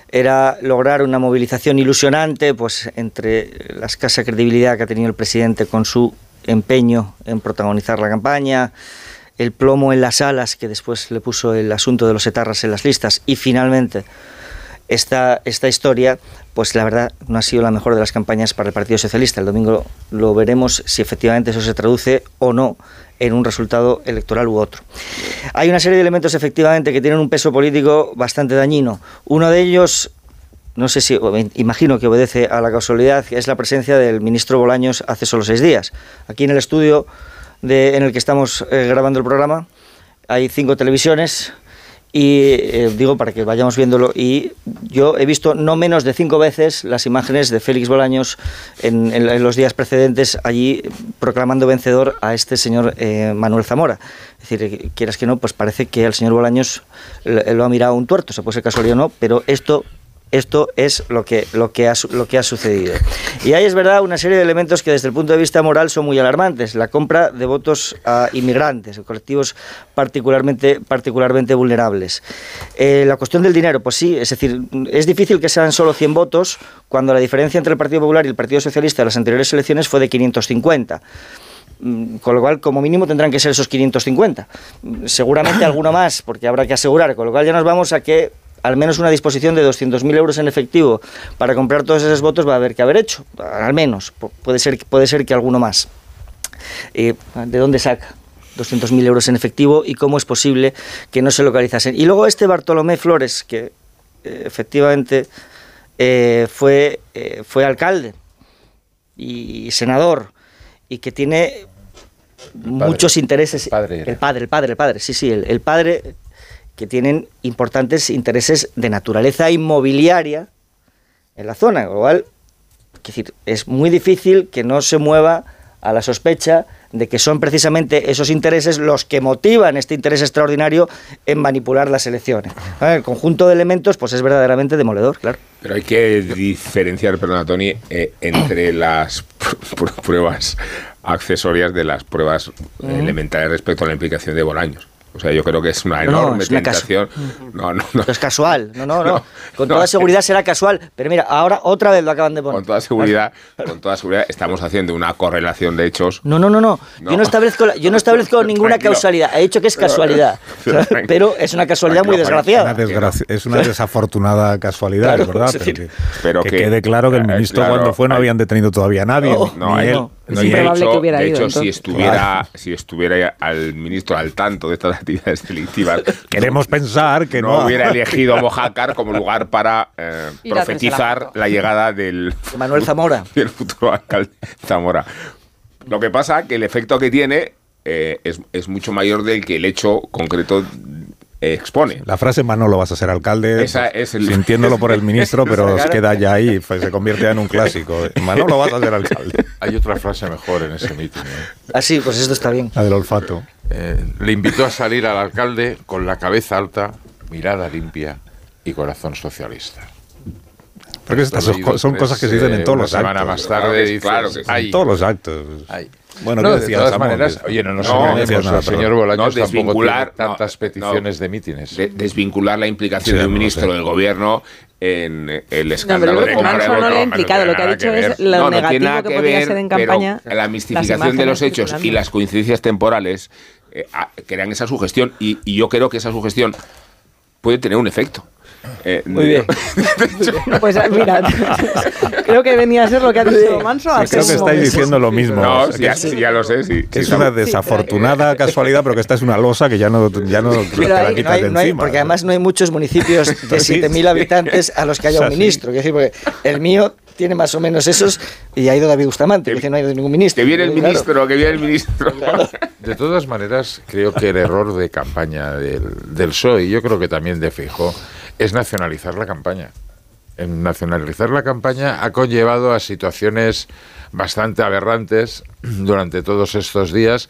era lograr una movilización ilusionante, pues entre la escasa credibilidad que ha tenido el presidente con su empeño en protagonizar la campaña, el plomo en las alas que después le puso el asunto de los etarras en las listas y finalmente esta, esta historia, pues la verdad no ha sido la mejor de las campañas para el Partido Socialista. El domingo lo veremos si efectivamente eso se traduce o no en un resultado electoral u otro. Hay una serie de elementos efectivamente que tienen un peso político bastante dañino. Uno de ellos, no sé si, imagino que obedece a la casualidad, es la presencia del ministro Bolaños hace solo seis días. Aquí en el estudio de, en el que estamos eh, grabando el programa hay cinco televisiones y eh, digo para que vayamos viéndolo, y yo he visto no menos de cinco veces las imágenes de Félix Bolaños en, en, en los días precedentes allí proclamando vencedor a este señor eh, Manuel Zamora. Es decir, quieras que no, pues parece que al señor Bolaños lo, lo ha mirado un tuerto, se puede ser casualidad o no, pero esto Esto es lo que, lo, que ha, lo que ha sucedido. Y ahí es verdad una serie de elementos que desde el punto de vista moral son muy alarmantes. La compra de votos a inmigrantes, a colectivos particularmente, particularmente vulnerables. Eh, la cuestión del dinero, pues sí, es decir, es difícil que sean solo cien votos cuando la diferencia entre el Partido Popular y el Partido Socialista en las anteriores elecciones fue de quinientos cincuenta. Con lo cual, como mínimo, tendrán que ser esos quinientos cincuenta. Seguramente alguno más, porque habrá que asegurar. Con lo cual ya nos vamos a que al menos una disposición de doscientos mil euros en efectivo para comprar todos esos votos va a haber que haber hecho, al menos, puede ser, puede ser que alguno más. Eh, ¿De dónde saca doscientos mil euros en efectivo y cómo es posible que no se localizasen? Y luego este Bartolomé Flores, que eh, efectivamente eh, fue, eh, fue alcalde y senador y que tiene muchos intereses. El padre, el padre, el padre, el padre, sí, sí, el, el padre... que tienen importantes intereses de naturaleza inmobiliaria en la zona, con lo cual, es decir, es muy difícil que no se mueva a la sospecha de que son precisamente esos intereses los que motivan este interés extraordinario en manipular las elecciones. El conjunto de elementos, pues es verdaderamente demoledor, claro. Pero hay que diferenciar, perdona, Tony, eh, entre las pr pruebas accesorias de las pruebas mm. elementales respecto a la implicación de Bolaños. O sea, yo creo que es una enorme no, es una tentación. No, no, no. Es casual. No, no, no. no con toda no, seguridad será casual. Pero mira, ahora otra vez lo acaban de poner. Con toda seguridad, con toda seguridad estamos haciendo una correlación de hechos. No, no, no, no. no. Yo no establezco, la, yo no establezco ninguna Tranquilo. causalidad. He dicho que es casualidad. Pero es una casualidad Tranquilo, muy desgraciada. Una desgracia, es una desafortunada casualidad, claro, ¿verdad? Es decir, pero que, que quede claro que el ministro claro, cuando fue no habían detenido todavía a nadie. No, ni no, él. No. No, es improbable hecho, que hubiera de ido. hecho, entonces. si estuviera, claro. si estuviera al ministro al tanto de estas actividades delictivas, queremos pensar que no, no hubiera elegido Mojácar como lugar para eh, profetizar la, la llegada del Manuel Zamora, del futuro alcalde Zamora. Lo que pasa que el efecto que tiene eh, es, es mucho mayor del que el hecho concreto expone. La frase Manolo vas a ser alcalde, Esa es el... sintiéndolo por el ministro, pero os queda ya ahí, pues se convierte ya en un clásico. Manolo vas a ser alcalde. Hay otra frase mejor en ese mitin. ¿eh? Ah, sí, pues esto está bien. La del olfato. Eh, le invitó a salir al alcalde con la cabeza alta, mirada limpia y corazón socialista. Porque estas son, son cosas que se dicen en todos los actos. Una semana más tarde dices, claro que sí. En todos los actos. Ay. Bueno, no, ¿qué de todas maneras, oye, no nos no, engañemos, nada, el señor Bolaños no, tampoco tiene tantas no, peticiones no, de mítines. De, desvincular la implicación sí, de un ministro no sé. del gobierno en el escándalo no, de pero compra Manso de votos. no le ha implicado, lo que ha dicho es lo no, negativo no que, que podría ver, ser en campaña. La mistificación de los hechos y las coincidencias temporales eh, crean esa sugestión y, y yo creo que esa sugestión puede tener un efecto. Eh, Muy bien. Pues mira, creo que venía a ser lo que ha dicho Manso. Sí, creo que estáis diciendo lo mismo. No, o sea, sí, ya, sí, sí, ya lo sé. Sí, que sí, es una sí, desafortunada casualidad, pero que esta es una losa que ya no, ya no te pero la hay, quitas no hay, de no hay, encima. porque además no hay muchos municipios de siete mil habitantes a los que haya un ministro. Quiero decir, porque el mío tiene más o menos esos y ha ido David Bustamante, que no ha ido ningún ministro. Que viene el claro. ministro, que viene el ministro. Claro. De todas maneras, creo que el error de campaña del, del P S O E, y yo creo que también de Feijóo, es nacionalizar la campaña. En nacionalizar la campaña ha conllevado a situaciones bastante aberrantes durante todos estos días,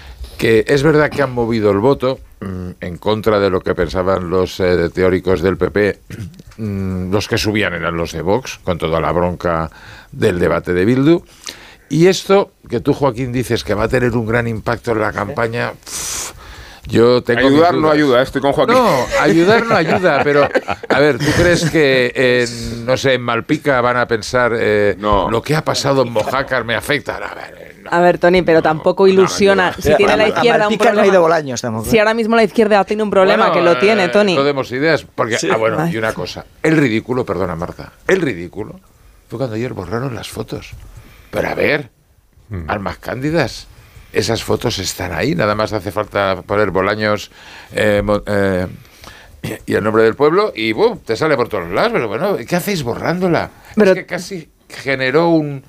que es verdad que han movido el voto mmm, en contra de lo que pensaban los eh, teóricos del P P. Mmm, los que subían eran los de Vox, con toda la bronca del debate de Bildu. Y esto que tú, Joaquín, dices que va a tener un gran impacto en la campaña, pff, Yo tengo ayudar no ayuda, estoy con Joaquín. No, ayudar no ayuda, pero a ver, ¿tú crees que en, no sé, en Malpica van a pensar eh, no. lo que ha pasado en Mojácar me afecta? A ver, no. a ver Tony, pero tampoco ilusiona. No, si tiene la izquierda un problema. No ha ido Bolaños, tampoco. Si ahora mismo la izquierda tiene un problema, bueno, que lo tiene, Tony. No demos ideas, porque sí. ah, bueno, y una cosa, el ridículo, perdona Marta, el ridículo fue cuando ayer borraron las fotos. Pero a ver, hmm. almas cándidas. Esas fotos están ahí, nada más hace falta poner Bolaños eh, eh, y el nombre del pueblo y ¡bum! Te sale por todos lados. Pero bueno, ¿qué hacéis borrándola? Pero, es que casi generó un...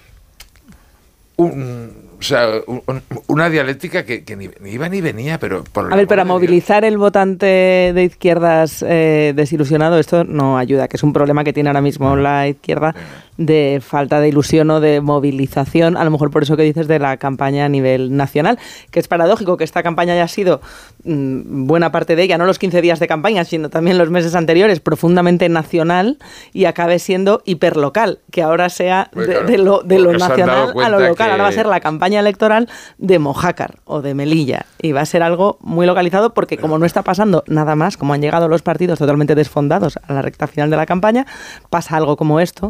un o sea, un, una dialéctica que, que ni, ni iba ni venía, pero... Por a ver, para movilizar Dios. El votante de izquierdas eh, desilusionado, esto no ayuda, que es un problema que tiene ahora mismo la izquierda de falta de ilusión o de movilización, a lo mejor por eso que dices de la campaña a nivel nacional, que es paradójico que esta campaña haya sido mmm, buena parte de ella, no los quince días de campaña, sino también los meses anteriores, profundamente nacional y acabe siendo hiperlocal, que ahora sea de, claro, de lo, de lo nacional a lo local, que... ahora va a ser la campaña electoral de Mojácar o de Melilla y va a ser algo muy localizado porque como no está pasando nada más, como han llegado los partidos totalmente desfondados a la recta final de la campaña, pasa algo como esto.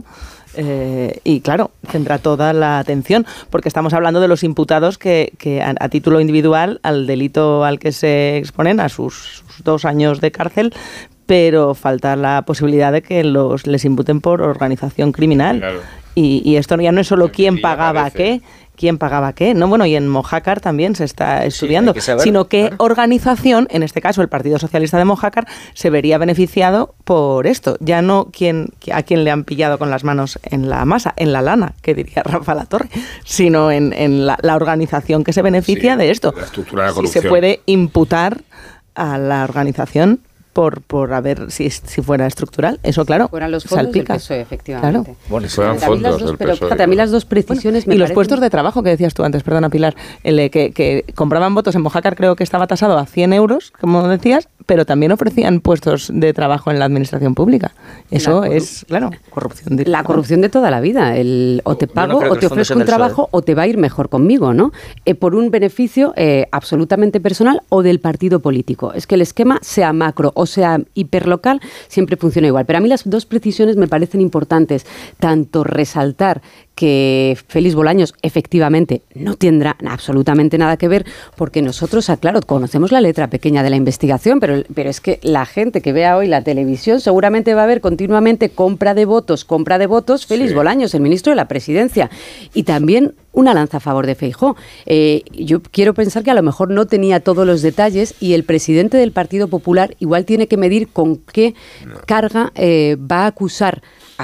Eh, y claro, tendrá toda la atención porque estamos hablando de los imputados que, que a, a título individual al delito al que se exponen, a sus, sus dos años de cárcel, pero falta la posibilidad de que los les imputen por organización criminal. Claro. Y, y esto ya no es solo quién pagaba qué, quién pagaba qué, no, bueno, y en Mojácar también se está estudiando, sí, sino qué claro. organización, en este caso el Partido Socialista de Mojácar, se vería beneficiado por esto, ya no quién, a quién le han pillado con las manos en la masa, en la lana, que diría Rafa Latorre, sino en, en la, la organización que se beneficia sí, de esto. La estructura de la corrupción. Si se puede imputar a la organización por por a ver si si fuera estructural, eso claro, fueran los fondos salpica. Del P S O E, efectivamente. Claro. Bueno, fueran fondos dos, del pero, P S O E. Fíjate, a mí las dos precisiones bueno, me y los parecen... puestos de trabajo que decías tú antes, perdona Pilar, el que, que compraban votos en Mojácar creo que estaba tasado a cien euros, como decías, pero también ofrecían puestos de trabajo en la administración pública. Eso es, claro, corrupción. De... La corrupción de toda la vida. El, o te pago, no o te ofrezco un trabajo, o te va a ir mejor conmigo, ¿no? Eh, por un beneficio eh, absolutamente personal o del partido político. Es que el esquema, sea macro o sea hiperlocal, siempre funciona igual. Pero a mí las dos precisiones me parecen importantes. Tanto resaltar que Félix Bolaños efectivamente no tendrá absolutamente nada que ver, porque nosotros, claro, conocemos la letra pequeña de la investigación, pero, pero es que la gente que vea hoy la televisión seguramente va a ver continuamente compra de votos, compra de votos, Félix sí. Bolaños, el ministro de la Presidencia, y también una lanza a favor de Feijóo. Eh, yo quiero pensar que a lo mejor no tenía todos los detalles y el presidente del Partido Popular igual tiene que medir con qué no. carga eh, va a acusar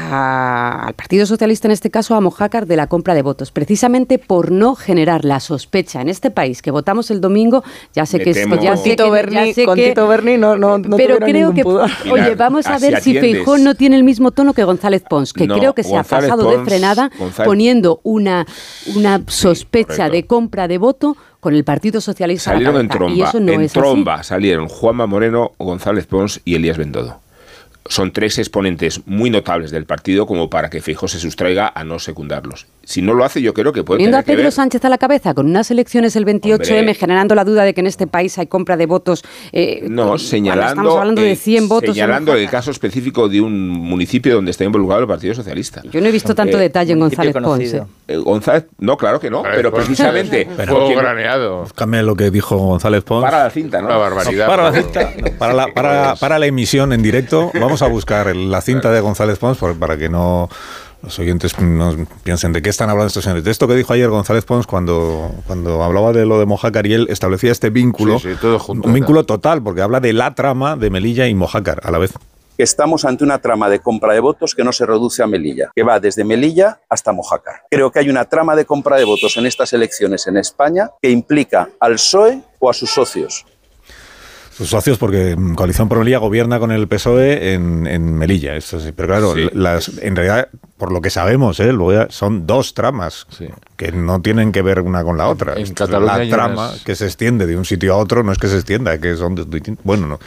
A, al Partido Socialista, en este caso a Mojácar, de la compra de votos, precisamente por no generar la sospecha en este país que votamos el domingo. Ya sé Me que temo. es ya sé Tito que, Berni, ya sé con que, Tito Berni no, no, no pero creo que pudor. oye, vamos a ver si si Feijóo no tiene el mismo tono que González Pons, que no, creo que se González ha pasado Pons, de frenada González. poniendo una, una sospecha sí, de compra de voto con el Partido Socialista. Salieron en tromba, y eso no en es tromba así. salieron Juanma Moreno, González Pons y Elías Bendodo. Son tres exponentes muy notables del partido como para que Feijóo se sustraiga a no secundarlos. Si no lo hace, yo creo que puede Poniendo tener a Pedro que ver. Sánchez a la cabeza con unas elecciones el veintiocho eme, generando la duda de que en este país hay compra de votos. Eh, no, señalando, estamos hablando de cien votos. Señalando el caso específico de un municipio donde está involucrado el Partido Socialista. Yo no he visto tanto eh, detalle en González Pons. Eh. González, no, claro que no, pero, pero precisamente. Fuego graneado. Búscame lo que dijo González Pons. Para la cinta, ¿no? Una barbaridad. No, para la cinta. No, para, la, para, para la emisión en directo, vamos a buscar la cinta de González Pons para que no los oyentes no piensen de qué están hablando estos señores. De esto que dijo ayer González Pons cuando, cuando hablaba de lo de Mojácar y él establecía este vínculo, sí, sí, todo junto, un vínculo total, porque habla de la trama de Melilla y Mojácar a la vez. Estamos ante una trama de compra de votos que no se reduce a Melilla, que va desde Melilla hasta Mojácar. Creo que hay una trama de compra de votos en estas elecciones en España que implica al P S O E o a sus socios. Sus socios, porque Coalición por Melilla gobierna con el P S O E en, en Melilla, eso sí. Pero claro, sí. las, en realidad por lo que sabemos, ¿eh? Luego ya son dos tramas sí. que no tienen que ver una con la otra. En Cataluña la trama unas... que se extiende de un sitio a otro no es que se extienda, es que son distintos. Bueno, no.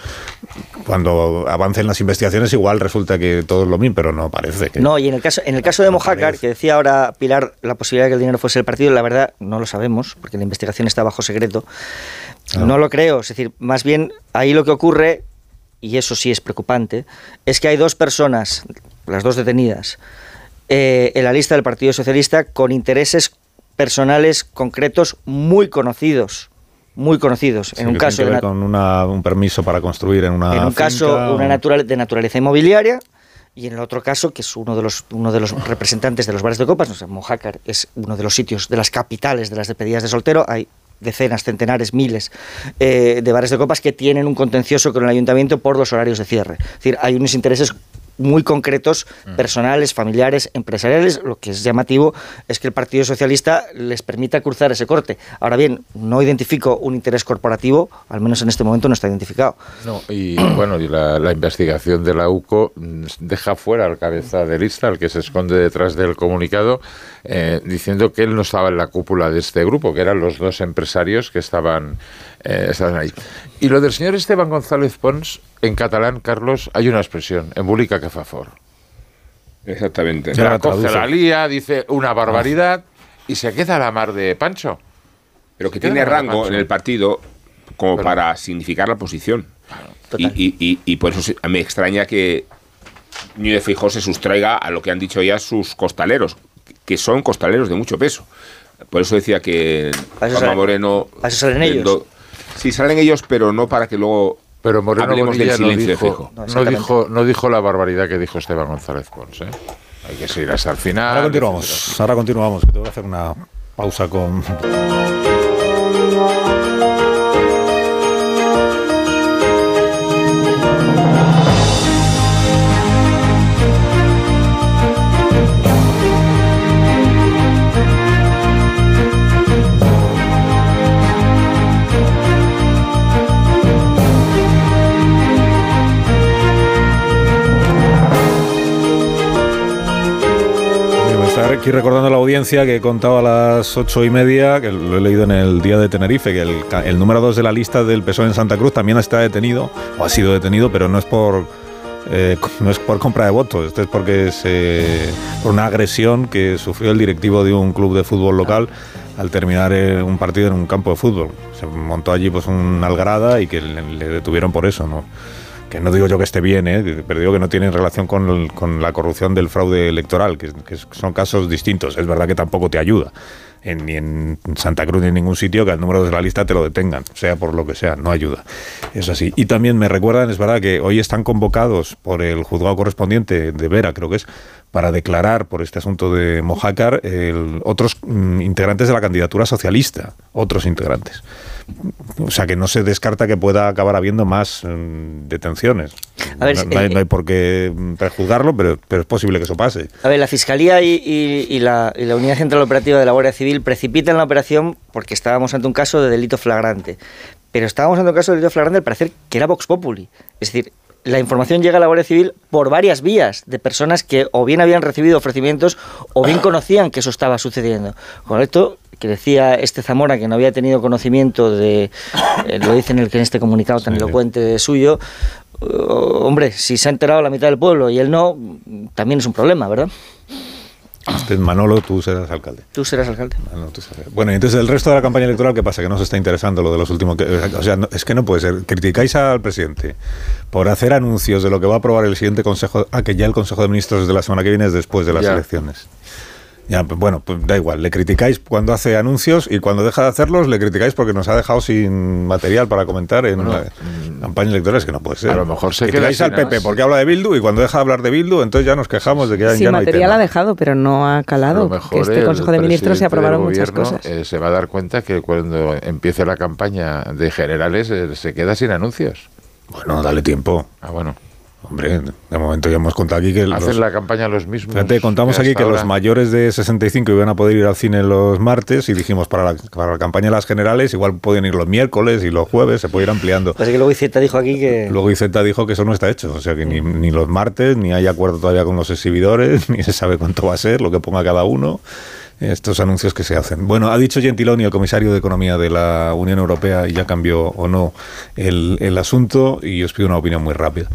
Cuando avancen las investigaciones igual resulta que todo es lo mismo, pero no parece que... No, y en el caso en el caso de no Mojácar, parece. que decía ahora Pilar la posibilidad de que el dinero fuese el partido, la verdad no lo sabemos, porque la investigación está bajo secreto. No, no lo creo, es decir, más bien ahí lo que ocurre, y eso sí es preocupante, es que hay dos personas, las dos detenidas, Eh, en la lista del Partido Socialista con intereses personales concretos muy conocidos, muy conocidos. Sí, en un que caso tiene que de ver con una, un permiso para construir en una en un finca, caso o... una natural, de naturaleza inmobiliaria, y en el otro caso, que es uno de los uno de los representantes de los bares de copas, no sé, Mojácar es uno de los sitios de las capitales de las despedidas de soltero. Hay decenas, centenares, miles eh, de bares de copas que tienen un contencioso con el ayuntamiento por los horarios de cierre. Es decir, hay unos intereses muy concretos, personales, familiares, empresariales. Lo que es llamativo es que el Partido Socialista les permita cruzar ese corte. Ahora bien, no identifico un interés corporativo, al menos en este momento no está identificado. No, y bueno, y la, la investigación de la U C O deja fuera al cabeza de lista, al que se esconde detrás del comunicado, eh, diciendo que él no estaba en la cúpula de este grupo, que eran los dos empresarios que estaban, eh, estaban ahí. Y lo del señor Esteban González Pons, en catalán, Carlos, hay una expresión, embolica que fa fort. Exactamente. Se la coge, la lía, dice una barbaridad y se queda a la mar de Pancho. Pero que tiene rango en el partido como bueno. para significar la posición. Y, y, y, y por eso me extraña que Núñez Feijóo se sustraiga a lo que han dicho ya sus costaleros, que son costaleros de mucho peso. Por eso decía que Juanma Moreno... ¿Para eso salen ellos? Sí, salen ellos, pero no para que luego... Pero Moreno hablemos del silencio no dijo, de Feijóo. No, no, dijo, no dijo la barbaridad que dijo Esteban González Pons, ¿eh? Hay que seguir hasta el final. Ahora continuamos, etcétera. ahora continuamos, que tengo que hacer una pausa con... Aquí recordando a la audiencia que he contado a las ocho y media, que lo he leído en el Día de Tenerife, que el, el número dos de la lista del P S O E en Santa Cruz también está detenido, o ha sido detenido, pero no es por eh, no es por compra de votos, esto es porque es eh, por una agresión que sufrió el directivo de un club de fútbol local al terminar eh, un partido en un campo de fútbol. Se montó allí pues una algarada y que le, le detuvieron por eso, ¿no? Que no digo yo que esté bien, ¿eh? Pero digo que no tiene relación con, el, con la corrupción del fraude electoral, que, que son casos distintos. Es verdad que tampoco te ayuda, en, ni en Santa Cruz ni en ningún sitio, que al número de la lista te lo detengan, sea por lo que sea, no ayuda. Es así. Y también me recuerdan, es verdad, que hoy están convocados por el juzgado correspondiente de Vera, creo que es, para declarar por este asunto de Mojácar el, otros mm, integrantes de la candidatura socialista, otros integrantes. O sea que no se descarta que pueda acabar habiendo más mm, detenciones. A ver, no, no, hay, eh, no hay por qué prejuzgarlo, pero, pero es posible que eso pase. A ver, la Fiscalía y, y, y, la, y la Unidad Central Operativa de la Guardia Civil precipitan la operación porque estábamos ante un caso de delito flagrante. Pero estábamos ante un caso de delito flagrante al parecer que era Vox Populi. Es decir, la información llega a la Guardia Civil por varias vías de personas que o bien habían recibido ofrecimientos o bien conocían que eso estaba sucediendo. Con esto, que decía este Zamora que no había tenido conocimiento de, eh, lo dice en, el, en este comunicado tan sí, elocuente suyo, uh, hombre, si se ha enterado la mitad del pueblo y él no, también es un problema, ¿verdad? Este Manolo, tú serás alcalde. Tú serás alcalde. Manolo, tú serás. Bueno, y entonces el resto de la campaña electoral, ¿qué pasa? Que no se está interesando lo de los últimos... Que, o sea, no, es que no puede ser. Criticáis al presidente por hacer anuncios de lo que va a aprobar el siguiente consejo... Ah, que ya el Consejo de Ministros de la semana que viene es después de las ya. elecciones. Ya, bueno, pues da igual. Le criticáis cuando hace anuncios y cuando deja de hacerlos le criticáis porque nos ha dejado sin material para comentar en bueno, la mm, campaña electoral. Es que no puede ser. A lo mejor se criticáis al P P porque habla de Bildu y cuando deja de hablar de Bildu entonces ya nos quejamos de que ya, sin ya no hay material tema. Ha dejado, pero no ha calado. Que este Consejo de Ministros se aprobaron muchas cosas. Eh, se va a dar cuenta que cuando empiece la campaña de generales eh, se queda sin anuncios. Bueno, dale tiempo. Ah, bueno. Hombre, de momento ya hemos contado aquí que... Hacen los, la campaña los mismos. Fíjate, contamos aquí que ahora los mayores de sesenta y cinco iban a poder ir al cine los martes y dijimos para la, para la campaña de las generales igual pueden ir los miércoles y los jueves, se puede ir ampliando. Pues es que luego Iceta dijo aquí que... Luego Iceta dijo que eso no está hecho, o sea que ni, ni los martes, ni hay acuerdo todavía con los exhibidores, ni se sabe cuánto va a ser, lo que ponga cada uno. Estos anuncios que se hacen. Bueno, ha dicho Gentiloni, el comisario de Economía de la Unión Europea, y ya cambió o no el, el asunto, y os pido una opinión muy rápida.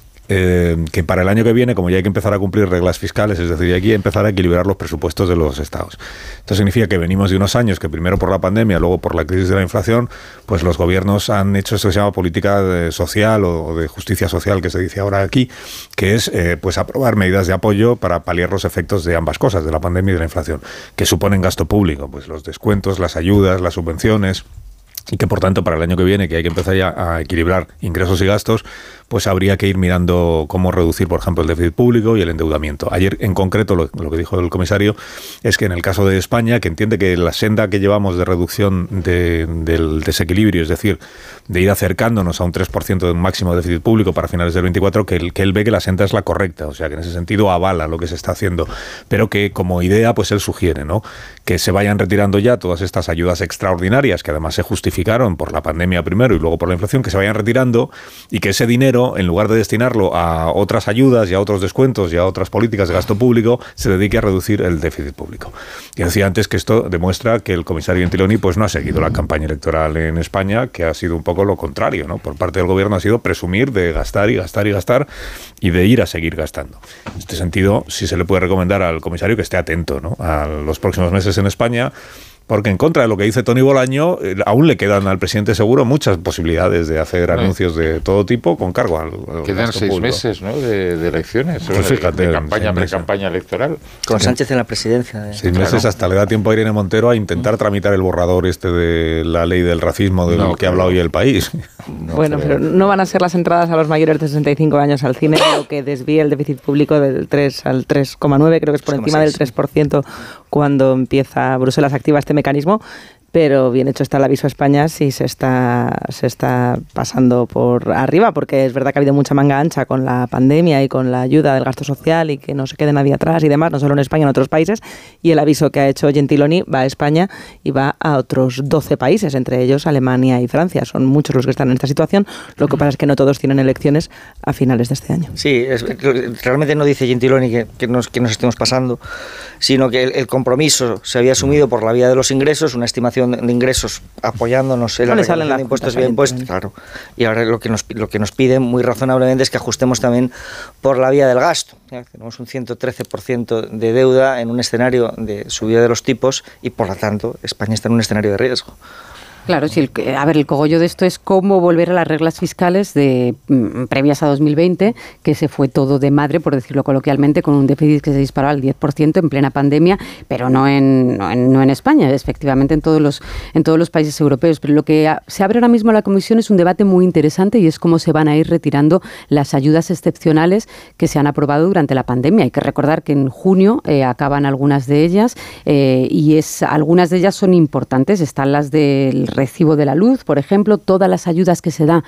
Eh, que para el año que viene, como ya hay que empezar a cumplir reglas fiscales, es decir, hay que empezar a equilibrar los presupuestos de los estados. Esto significa que venimos de unos años que primero por la pandemia, luego por la crisis de la inflación, pues los gobiernos han hecho esto que se llama política de social o de justicia social, que se dice ahora aquí, que es eh, pues aprobar medidas de apoyo para paliar los efectos de ambas cosas, de la pandemia y de la inflación, que suponen gasto público, pues los descuentos, las ayudas, las subvenciones, y que por tanto para el año que viene, que hay que empezar ya a equilibrar ingresos y gastos, pues habría que ir mirando cómo reducir, por ejemplo, el déficit público y el endeudamiento. Ayer, en concreto, lo, lo que dijo el comisario es que en el caso de España, que entiende que la senda que llevamos de reducción de, del desequilibrio, es decir, de ir acercándonos a un tres por ciento de un máximo de déficit público para finales del veinticuatro, que él, que él ve que la senda es la correcta, o sea, que en ese sentido avala lo que se está haciendo, pero que como idea, pues él sugiere, ¿no?, que se vayan retirando ya todas estas ayudas extraordinarias, que además se justificaron por la pandemia primero y luego por la inflación, que se vayan retirando y que ese dinero, en lugar de destinarlo a otras ayudas y a otros descuentos y a otras políticas de gasto público, se dedique a reducir el déficit público. Y decía antes que esto demuestra que el comisario Gentiloni pues no ha seguido la campaña electoral en España, que ha sido un poco lo contrario, ¿no? Por parte del gobierno ha sido presumir de gastar y gastar y gastar y de ir a seguir gastando. En este sentido, sí se le puede recomendar al comisario que esté atento, ¿no?, a los próximos meses en España, porque en contra de lo que dice Tony Bolaño, eh, aún le quedan al presidente Seguro muchas posibilidades de hacer bueno, anuncios de todo tipo con cargo al, al quedan gasto seis público. meses, ¿no?, de, de elecciones, pues fíjate, de campaña, pre-campaña electoral. Con Sánchez en la presidencia. De... Seis meses, claro. Hasta le da tiempo a Irene Montero a intentar tramitar el borrador este de la ley del racismo de no, lo que claro. ha hablado hoy el país. No, bueno, pero no van a ser las entradas a los mayores de sesenta y cinco años al cine lo que desvíe el déficit público del tres al tres coma nueve, creo que es por encima del tres por ciento cuando empieza Bruselas activa este mecanismo. Pero bien hecho está el aviso a España si se está, se está pasando por arriba, porque es verdad que ha habido mucha manga ancha con la pandemia y con la ayuda del gasto social y que no se quede nadie atrás y demás, no solo en España, en otros países. Y el aviso que ha hecho Gentiloni va a España y va a otros doce países, entre ellos Alemania y Francia. Son muchos los que están en esta situación. Lo que pasa es que no todos tienen elecciones a finales de este año. Sí, es, realmente no dice Gentiloni que, que, nos, que nos estemos pasando, sino que el, el compromiso se había asumido por la vía de los ingresos, una estimación de ingresos apoyándonos en la recaudación de impuestos bien puestos, claro. Y ahora lo que nos lo que nos piden muy razonablemente es que ajustemos también por la vía del gasto. ¿Ya? Tenemos un ciento trece por ciento de deuda en un escenario de subida de los tipos y por lo tanto España está en un escenario de riesgo. Claro, sí, el, a ver, el cogollo de esto es cómo volver a las reglas fiscales de mm, previas a dos mil veinte, que se fue todo de madre, por decirlo coloquialmente, con un déficit que se disparó al diez por ciento en plena pandemia, pero no en, no en, no en España, efectivamente en todos los en todos los países europeos. Pero lo que a, se abre ahora mismo a la Comisión es un debate muy interesante y es cómo se van a ir retirando las ayudas excepcionales que se han aprobado durante la pandemia. Hay que recordar que en junio eh, acaban algunas de ellas eh, y es algunas de ellas son importantes. Están las del recibo de la luz, por ejemplo, todas las ayudas que se da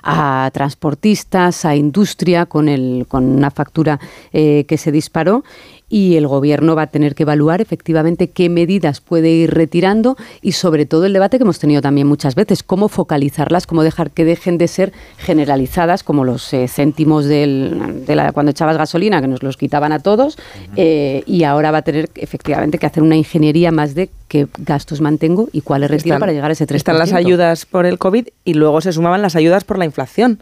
a transportistas, a industria, con, el, con una factura eh, que se disparó. Y el Gobierno va a tener que evaluar efectivamente qué medidas puede ir retirando y sobre todo el debate que hemos tenido también muchas veces, cómo focalizarlas, cómo dejar que dejen de ser generalizadas como los eh, céntimos del, de la, cuando echabas gasolina, que nos los quitaban a todos, uh-huh. eh, y ahora va a tener efectivamente que hacer una ingeniería más de qué gastos mantengo y cuáles retiro para llegar a ese tres por ciento. Están las ayudas por el COVID y luego se sumaban las ayudas por la inflación.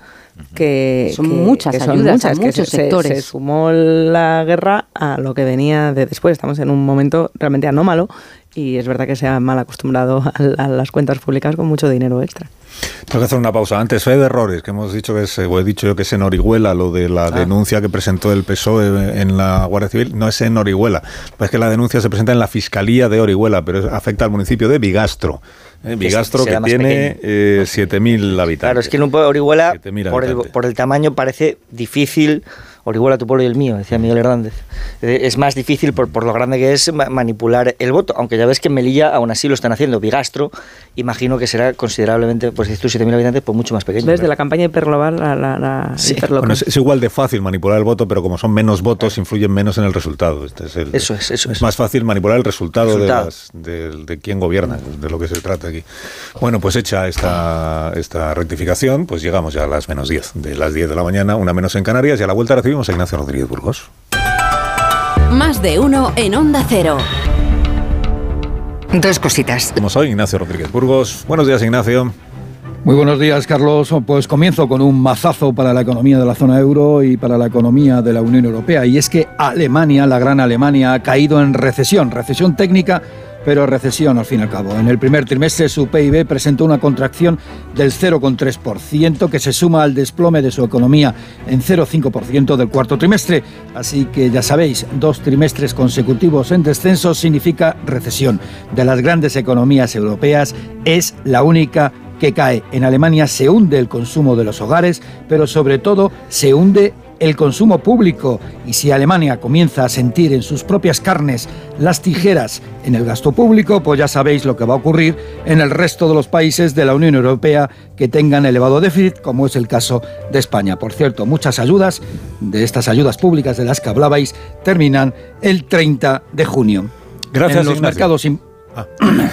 Que son que, muchas que son ayudas muchas, a muchos se, sectores. Se sumó la guerra a lo que venía de después. Estamos en un momento realmente anómalo y es verdad que se ha mal acostumbrado a, a las cuentas públicas con mucho dinero extra. Tengo que hacer una pausa. Antes, fe de errores, que hemos dicho que es, o he dicho yo que es en Orihuela, lo de la ah. denuncia que presentó el P S O E en la Guardia Civil, no es en Orihuela. Pues es que la denuncia se presenta en la Fiscalía de Orihuela, pero afecta al municipio de Bigastro. Eh, Bigastro que, que tiene eh, siete mil habitantes. Claro, es que en un pueblo de Orihuela, por el, por el tamaño, parece difícil Orihuela tu pueblo y el mío, decía Miguel Hernández. Eh, es más difícil por, por lo grande que es ma- manipular el voto, aunque ya ves que en Melilla aún así lo están haciendo. Bigastro, imagino que será considerablemente, pues dices tú, siete mil habitantes, pues mucho más pequeño. Desde la campaña hiperglobal la, la, la Sí. hiperlocal. Bueno, es, es igual de fácil manipular el voto, pero como son menos votos, influyen menos en el resultado. Este es el, Eso es, eso es. es. más fácil manipular el resultado, Resultado. De, las, de, de quién gobierna, de lo que se trata aquí. Bueno, pues hecha esta, esta rectificación, pues llegamos ya a las menos diez, de las diez de la mañana, una menos en Canarias, y a la vuelta recibimos a Ignacio Rodríguez Burgos. Más de uno en Onda Cero. Dos cositas. Como soy Ignacio Rodríguez Burgos. Buenos días, Ignacio. Muy buenos días, Carlos. Pues comienzo con un mazazo para la economía de la zona euro y para la economía de la Unión Europea. Y es que Alemania, la gran Alemania, ha caído en recesión, recesión técnica, pero recesión al fin y al cabo. En el primer trimestre su P I B presentó una contracción del cero coma tres por ciento que se suma al desplome de su economía en cero coma cinco por ciento del cuarto trimestre. Así que ya sabéis, dos trimestres consecutivos en descenso significa recesión. De las grandes economías europeas es la única que cae. En Alemania se hunde el consumo de los hogares, pero sobre todo se hunde el consumo público. Y si Alemania comienza a sentir en sus propias carnes las tijeras en el gasto público, pues ya sabéis lo que va a ocurrir en el resto de los países de la Unión Europea que tengan elevado déficit, como es el caso de España. Por cierto, muchas ayudas, de estas ayudas públicas de las que hablabais, terminan el treinta de junio. Gracias, en los Ignacio. mercados... im- Ah.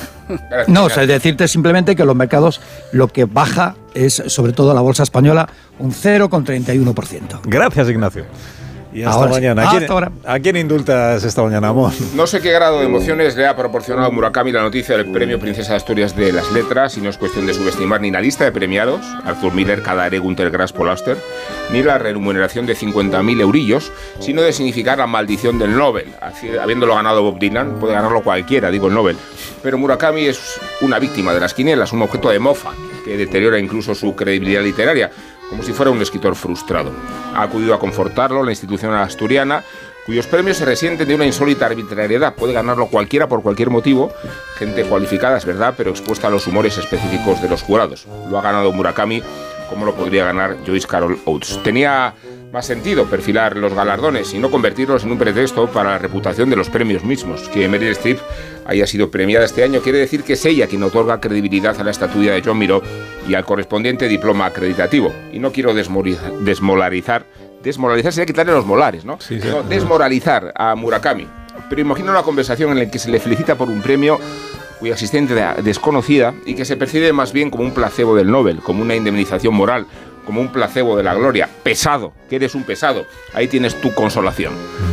No, o sea, decirte simplemente que los mercados lo que baja es, sobre todo la bolsa española, un cero coma treinta y uno por ciento. Gracias, Ignacio. Y hasta Ahora sí. mañana. ¿A Hasta quién, ahora. ¿A quién indultas esta mañana, amor? No sé qué grado de emociones le ha proporcionado a Murakami la noticia del premio Princesa de Asturias de las Letras, y no es cuestión de subestimar ni la lista de premiados, Arthur Miller, Kadaré, Günter Grass, Paul Auster, ni la remuneración de cincuenta mil eurillos, sino de significar la maldición del Nobel. Así, habiéndolo ganado Bob Dylan, puede ganarlo cualquiera, digo el Nobel. Pero Murakami es una víctima de las quinielas, un objeto de mofa, que deteriora incluso su credibilidad literaria, como si fuera un escritor frustrado. Ha acudido a confortarlo la institución asturiana, cuyos premios se resienten de una insólita arbitrariedad. Puede ganarlo cualquiera por cualquier motivo, gente cualificada, es verdad, pero expuesta a los humores específicos de los jurados. Lo ha ganado Murakami, como lo podría ganar Joyce Carol Oates. Tenía más sentido perfilar los galardones y no convertirlos en un pretexto para la reputación de los premios mismos. Que Meryl Streep haya sido premiada este año quiere decir que es ella quien otorga credibilidad a la estatuilla de John Miró y al correspondiente diploma acreditativo. Y no quiero desmolarizar, desmolarizar, desmolarizar sería quitarle los molares, ¿no? Sí, sí. No, desmoralizar a Murakami. Pero imagino una conversación en la que se le felicita por un premio cuya existencia es desconocida y que se percibe más bien como un placebo del Nobel, como una indemnización moral, como un placebo de la gloria. Pesado, que eres un pesado. Ahí tienes tu consolación.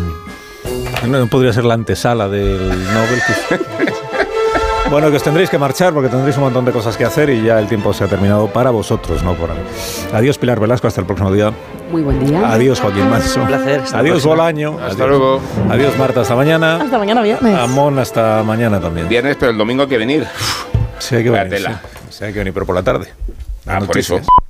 No podría ser la antesala del Nobel. Bueno, que os tendréis que marchar porque tendréis un montón de cosas que hacer y ya el tiempo se ha terminado para vosotros, no por mí. Adiós, Pilar Velasco, hasta el próximo día. Muy buen día. Adiós, Joaquín Manso. Un placer. Hasta la Adiós, próxima. Bolaño. Hasta Adiós. luego. Adiós, Marta, hasta mañana. Hasta mañana viernes. Amón, hasta mañana también. Viernes, pero el domingo hay que venir. Sí, hay que La venir. tela. Sí, sí, hay que venir, pero por la tarde. Ah, por Noticias. eso.